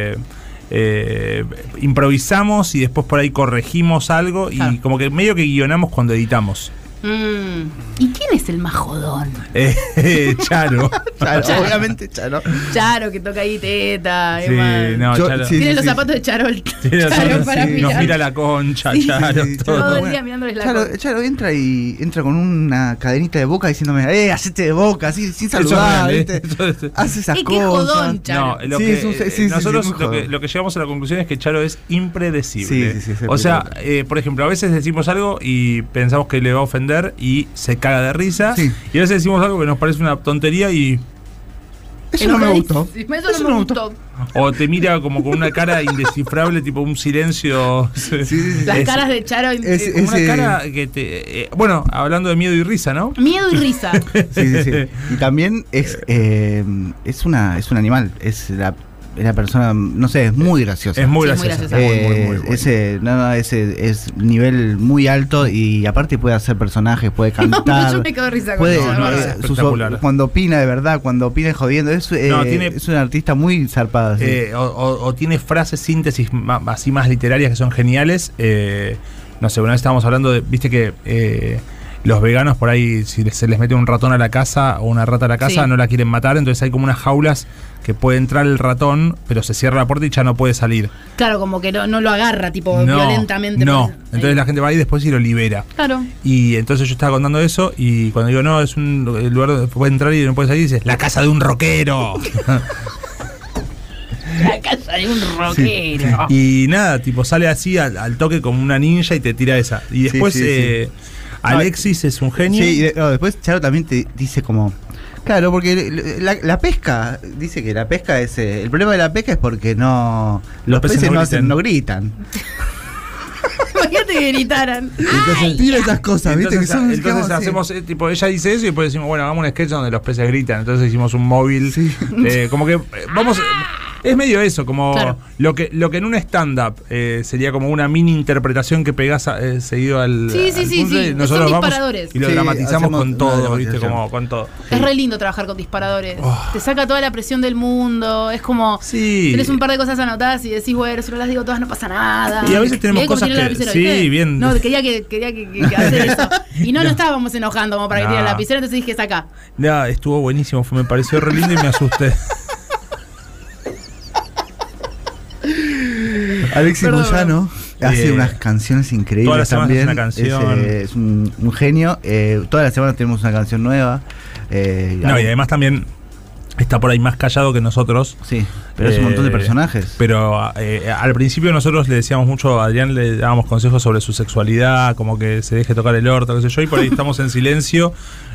improvisamos y después por ahí corregimos algo y como que medio que guionamos cuando editamos. ¿Y quién es el más jodón? Charo. Charo, obviamente Charo. Charo, que toca ahí teta. Sí, no, Charo. Tiene los zapatos de Charol. Charo para mirar. Nos mira la concha, Charo. Todo el día mirándoles la concha. Charo entra con una cadenita de Boca diciéndome, hacete de Boca, así, sin saludar, ¿viste? Hace esas cosas. Qué jodón, Charo. No, nosotros lo que llegamos a la conclusión es que Charo es impredecible. Sí, o sea, por ejemplo, a veces decimos algo y pensamos que le va a ofender y se caga de risa. Sí. Y a veces decimos algo que nos parece una tontería y... Eso no me gustó. Eso no me gustó. O te mira como con una cara indescifrable, tipo un silencio. Las caras de Charo. Como una cara que te... bueno, hablando de miedo y risa, ¿no? Miedo y risa. Sí. Y también es un animal. Es la persona, no sé, es muy graciosa. Es muy graciosa. Muy. Ese es nivel muy alto y aparte puede hacer personajes, puede cantar. Yo me quedo de risa con eso. Cuando opina de verdad, cuando opina jodiendo, es un artista muy zarpado. O tiene frases, síntesis así más literarias que son geniales. No sé, una vez estábamos hablando de, viste que... los veganos por ahí, si se les mete un ratón a la casa o una rata a la casa, no la quieren matar, entonces hay como unas jaulas que puede entrar el ratón, pero se cierra la puerta y ya no puede salir. Claro, como que no lo agarra, violentamente. No, entonces la gente va ahí después y lo libera. Claro. Y entonces yo estaba contando eso y cuando digo, no, es un lugar donde puede entrar y no puede salir, dice, la casa de un rockero. La casa de un rockero. Sí. Y nada, tipo sale así al toque como una ninja y te tira esa. Y después... Alexis es un genio. Sí, después Charo también te dice como... Claro, porque la pesca, dice que la pesca es... el problema de la pesca es porque los peces no gritan. Imagínate que gritaran. Entonces tira esas cosas, ¿viste? Entonces hacemos, tipo, ella dice eso y después decimos, bueno, hagamos un sketch donde los peces gritan. Entonces hicimos un móvil. Sí. Como que vamos... Es medio eso, como lo que en un stand-up sería como una mini interpretación que pegás seguido al. Sí. Nosotros son vamos disparadores. y lo dramatizamos con todo, ¿viste? Como con todo. Es re lindo trabajar con disparadores. Te saca toda la presión del mundo. Es como. Tenés un par de cosas anotadas y decís, bueno, si no las digo todas no pasa nada. Y a veces tenemos cosas que. Bien. No, quería que hacer eso. Y no estábamos enojando como para que tire la lapicera, entonces dije, saca. No, estuvo buenísimo. Me pareció re lindo y me asusté. Alexis Moyano hace unas canciones increíbles. Todas las semanas también. Una canción. Es un genio. Todas las semanas tenemos una canción nueva. Y además también está por ahí más callado que nosotros. Sí, pero es un montón de personajes. Pero al principio nosotros le decíamos mucho a Adrián, le dábamos consejos sobre su sexualidad, como que se deje tocar el orto, qué sé yo, y por ahí estamos en silencio.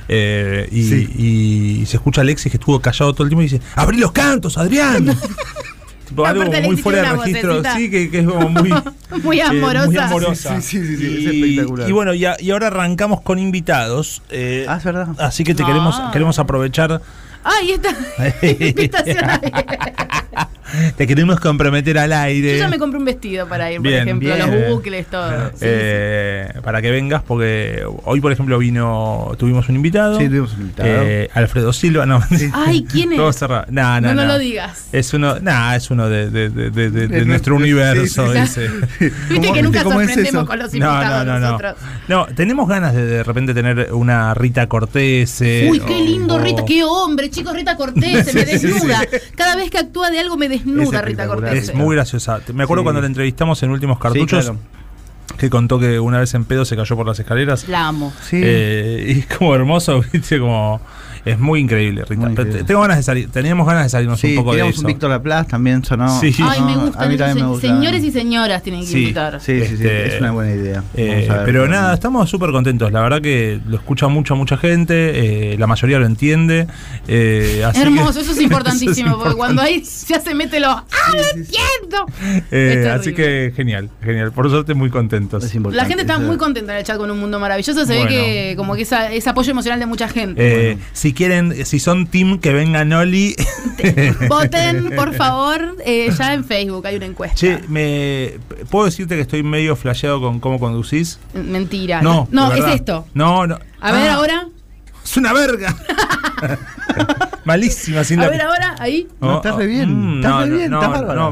Y se escucha a Alexis que estuvo callado todo el tiempo y dice, ¡abrí los cantos, Adrián! Tipo, algo muy fuera de registro, sí, que es como muy muy amorosa. Muy amorosa. Sí, es espectacular. Y bueno, y ahora arrancamos con invitados. Es verdad. Así que queremos aprovechar. ¡Ay, esta invitación! Te queremos comprometer al aire. Yo ya me compré un vestido para ir, por ejemplo, los bucles, todo. Para que vengas, porque hoy, por ejemplo, tuvimos un invitado. Sí, tuvimos un invitado. Alfredo Silva, no. Ay, ¿quién es? Todo cerrado. No lo digas. Es uno de nuestro universo. Viste que nunca sorprendemos con los invitados nosotros. No, tenemos ganas de repente tener una Rita Cortés. Uy, qué lindo Rita, qué hombre, chicos, Rita Cortés, me desnuda. Cada vez que actúa de algo me desnuda Rita Cortés. Es muy graciosa. Me acuerdo cuando la entrevistamos en Últimos Cartuchos. Claro. Que contó que una vez en pedo se cayó por las escaleras. La amo. Y es como hermoso, viste, como... Es muy increíble, Rita. Tengo ganas de salir, teníamos ganas de salirnos un poco de eso. Un Víctor Laplace también sonó. Sí. Ay, me gusta. A mí también me gusta. Señores y señoras tienen que invitar. Sí, es una buena idea. Pero nada, estamos súper contentos. La verdad que lo escucha mucha gente. La mayoría lo entiende. Hermoso, eso es importantísimo. Porque cuando ahí ya se mete los. ¡Ah, lo entiendo! Así que genial. Por suerte, muy contentos. La gente está muy contenta en el chat con Un Mundo Maravilloso. Se ve que como que ese apoyo emocional de mucha gente. Si son team, que venga Noli. Voten, por favor, ya en Facebook hay una encuesta. Che, ¿puedo decirte que estoy medio flasheado con cómo conducís? Mentira. No, es esto. No. A ver, ahora. Es una verga. Malísima. A ver, ahora, ahí. No, estás re bien. Estás bárbaro.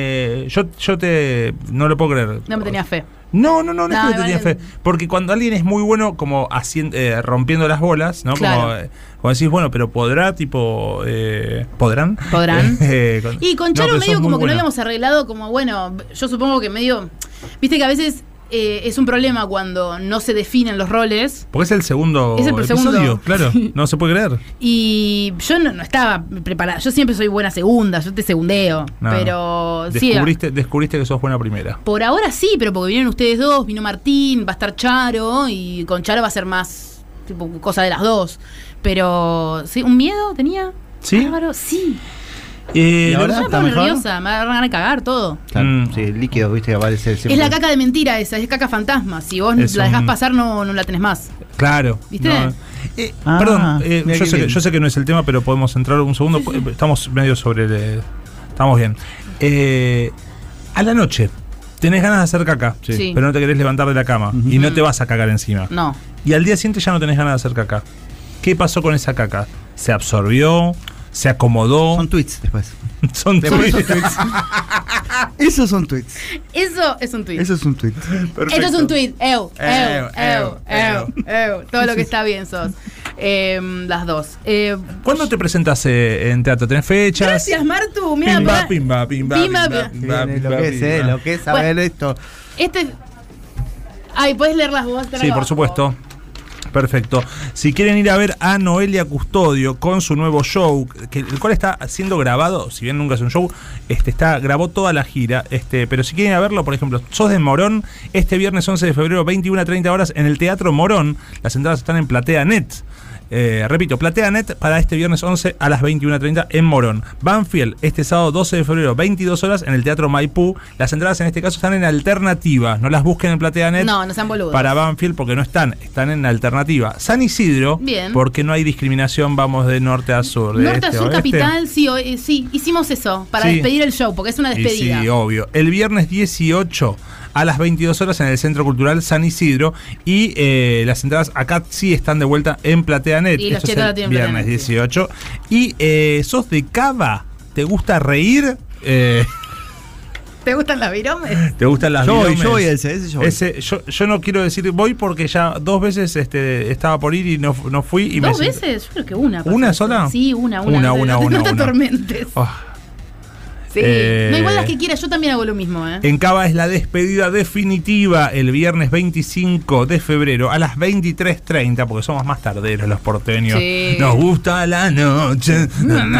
Yo no lo puedo creer. No me tenía fe. No es que no te tenía fe. Porque cuando alguien es muy bueno, como rompiendo las bolas, ¿no? Claro. Como decís, bueno, pero podrá, tipo. ¿Podrán? Y con Charo medio como que buena. no habíamos arreglado, como bueno, yo supongo que medio. Viste que a veces. Es un problema cuando no se definen los roles. Porque es el segundo episodio, claro, no se puede creer. Y yo no estaba preparada. Yo siempre soy buena segunda, yo te segundeo. No, pero descubriste que sos buena primera. Por ahora sí, pero porque vinieron ustedes dos, vino Martín, va a estar Charo, y con Charo va a ser más tipo cosa de las dos. Pero, ¿sí? ¿Un miedo tenía? ¿Sí? Bárbaro, sí. ¿Y ahora yo me nerviosa, me van a cagar todo. Claro, sí, el líquido, viste, que aparece siempre. Es la caca de mentira esa, es caca fantasma. Si vos la dejás pasar, no la tenés más. Claro. ¿Viste? No. Perdón, yo sé que no es el tema, pero podemos entrar un segundo. Sí. Estamos medio estamos bien. A la noche tenés ganas de hacer caca, pero no te querés levantar de la cama y no te vas a cagar encima. No. Y al día siguiente ya no tenés ganas de hacer caca. ¿Qué pasó con esa caca? ¿Se absorbió? ¿Se acomodó? Son tweets después. Son tweets. Esos son tweets. Eso es un tweet. Eso es un tweet. Perfecto. Esto es un tweet. Todo lo que está bien sos. Las dos. ¿Cuándo te presentas en teatro? ¿Tenés fechas? Gracias, Martu. Mira, pimba. Lo que es saber esto. Ay, ¿puedes leerlas vos? Sí, por supuesto. Perfecto. Si quieren ir a ver a Noelia Custodio con su nuevo show, el cual está siendo grabado, si bien nunca es un show, grabó toda la gira, pero si quieren ir a verlo, por ejemplo, sos de Morón, este viernes 11 de febrero, 21 a 30 horas, en el Teatro Morón. Las entradas están en PlateaNet. Repito, PlateaNet para este viernes 11 a las 21:30 en Morón. Banfield, este sábado 12 de febrero, 22 horas en el Teatro Maipú. Las entradas en este caso están en alternativa. No las busquen en PlateaNet. No sean boludos. Para Banfield porque no están en alternativa. San Isidro, bien, porque no hay discriminación, vamos de norte a sur. Norte a sur, capital, sí, hicimos eso para despedir el show, porque es una despedida. Sí, obvio. El viernes 18 a las 22 horas en el Centro Cultural San Isidro. Y las entradas acá sí están de vuelta en PlateaNet. Y los chetos la tienen viernes 18. Y sos de Cava, ¿te gusta reír? ¿Te gustan las viromes? ¿Te gustan las viromes? Yo voy a ese. Yo no quiero decir voy porque ya 2 veces estaba por ir y no fui. Y ¿2 veces? Yo creo que una. ¿Una sola? Sí, una. No te atormentes. Sí. No, igual las que quieras, yo también hago lo mismo. En Cava es la despedida definitiva el viernes 25 de febrero a las 23:30, porque somos más tarderos los porteños. Sí. Nos gusta la noche.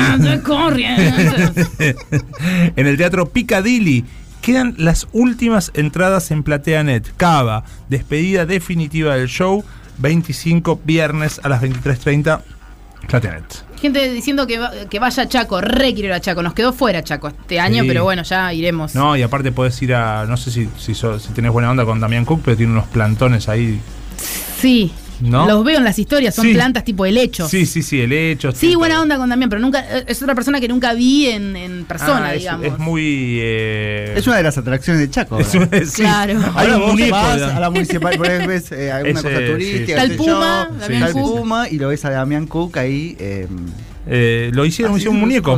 En el Teatro Piccadilly quedan las últimas entradas en PlateaNet. Cava, despedida definitiva del show, 25 viernes a las 23:30, PlateaNet. Gente diciendo que vaya a Chaco, quiero ir a Chaco. Nos quedó fuera Chaco este año, pero bueno, ya iremos. No, y aparte podés ir a, no sé si tenés buena onda con Damián Cook, pero tiene unos plantones ahí. Sí. ¿No? Los veo en las historias, son plantas tipo helechos. Sí, helechos. Sí, buena onda con Damián, pero nunca es otra persona que nunca vi en persona, digamos. Es muy... Es una de las atracciones de Chaco. Sí. Claro. Ahora vos vas a la municipal, por ejemplo, ves alguna cosa turística. Está el Puma y lo ves a Damián Cook ahí. Lo hicieron un muñeco. Sí.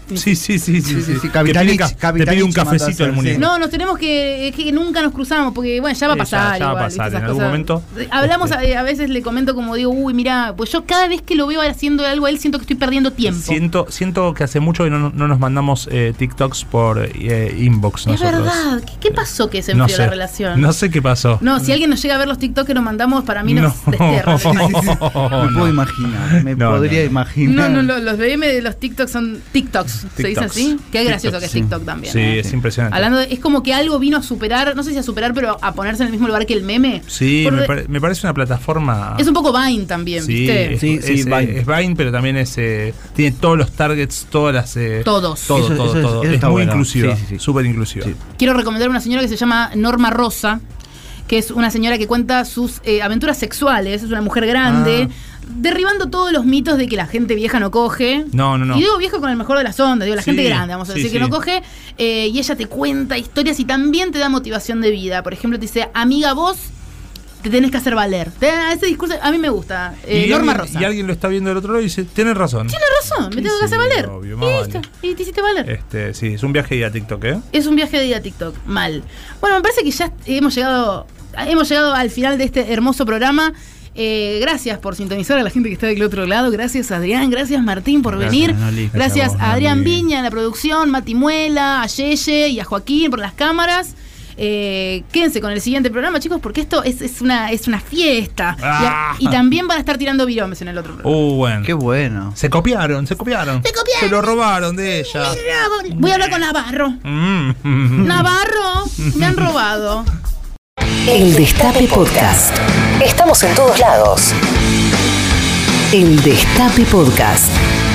Sí. Capitanich te pide un cafecito al muñeco. No, nos tenemos que nunca nos cruzamos, porque bueno, ya va a pasar. Ya va a pasar, en algún momento. Hablamos, a veces le comento como digo, uy, mira, pues yo cada vez que lo veo haciendo algo a él, siento que estoy perdiendo tiempo. Siento que hace mucho que no nos mandamos TikToks por inbox nosotros. Es verdad, ¿qué pasó que se enfrió la relación? No sé qué pasó. No, si alguien nos llega a ver los TikToks que nos mandamos, para mí nos desterra. Me puedo imaginar, podría imaginar. No, los DM de los TikToks son TikToks, ¿se dice así? Qué gracioso que es TikTok también. Sí, es impresionante. Hablando es como que algo vino a superar, no sé si a superar, pero a ponerse en el mismo lugar que el meme. Sí, me parece una plataforma. Es un poco Vine también, ¿viste? Es Vine, pero también tiene todos los targets, todas las. Todo. Es muy inclusiva, súper inclusiva. Quiero recomendar una señora que se llama Norma Rosa, que es una señora que cuenta sus aventuras sexuales, es una mujer grande, derribando todos los mitos de que la gente vieja no coge. No. Y digo vieja con el mejor de las ondas, digo la gente grande, vamos a decir, que no coge, y ella te cuenta historias y también te da motivación de vida. Por ejemplo, te dice, amiga, vos te tenés que hacer valer. Ese discurso a mí me gusta. Norma Rosa. Y alguien lo está viendo del otro lado y dice, tienes razón. Me tengo que hacer valer. Obvio, y listo, y te hiciste valer. Sí, es un viaje de ir a TikTok, Es un viaje de ir a TikTok, mal. Bueno, me parece que ya hemos llegado al final de este hermoso programa. Gracias por sintonizar a la gente que está del otro lado. Gracias Adrián, gracias Martín por venir. Gracias a Adrián Viña en la producción, Mati Muela, a Yeye y a Joaquín por las cámaras. Quédense con el siguiente programa, chicos, porque esto es una fiesta. Y también van a estar tirando viromes en el otro programa. Bueno. Qué bueno. Se copiaron. Se lo robaron de ella. Voy a hablar con Navarro. Navarro, me han robado. El Destape Podcast. Estamos en todos lados. El Destape Podcast.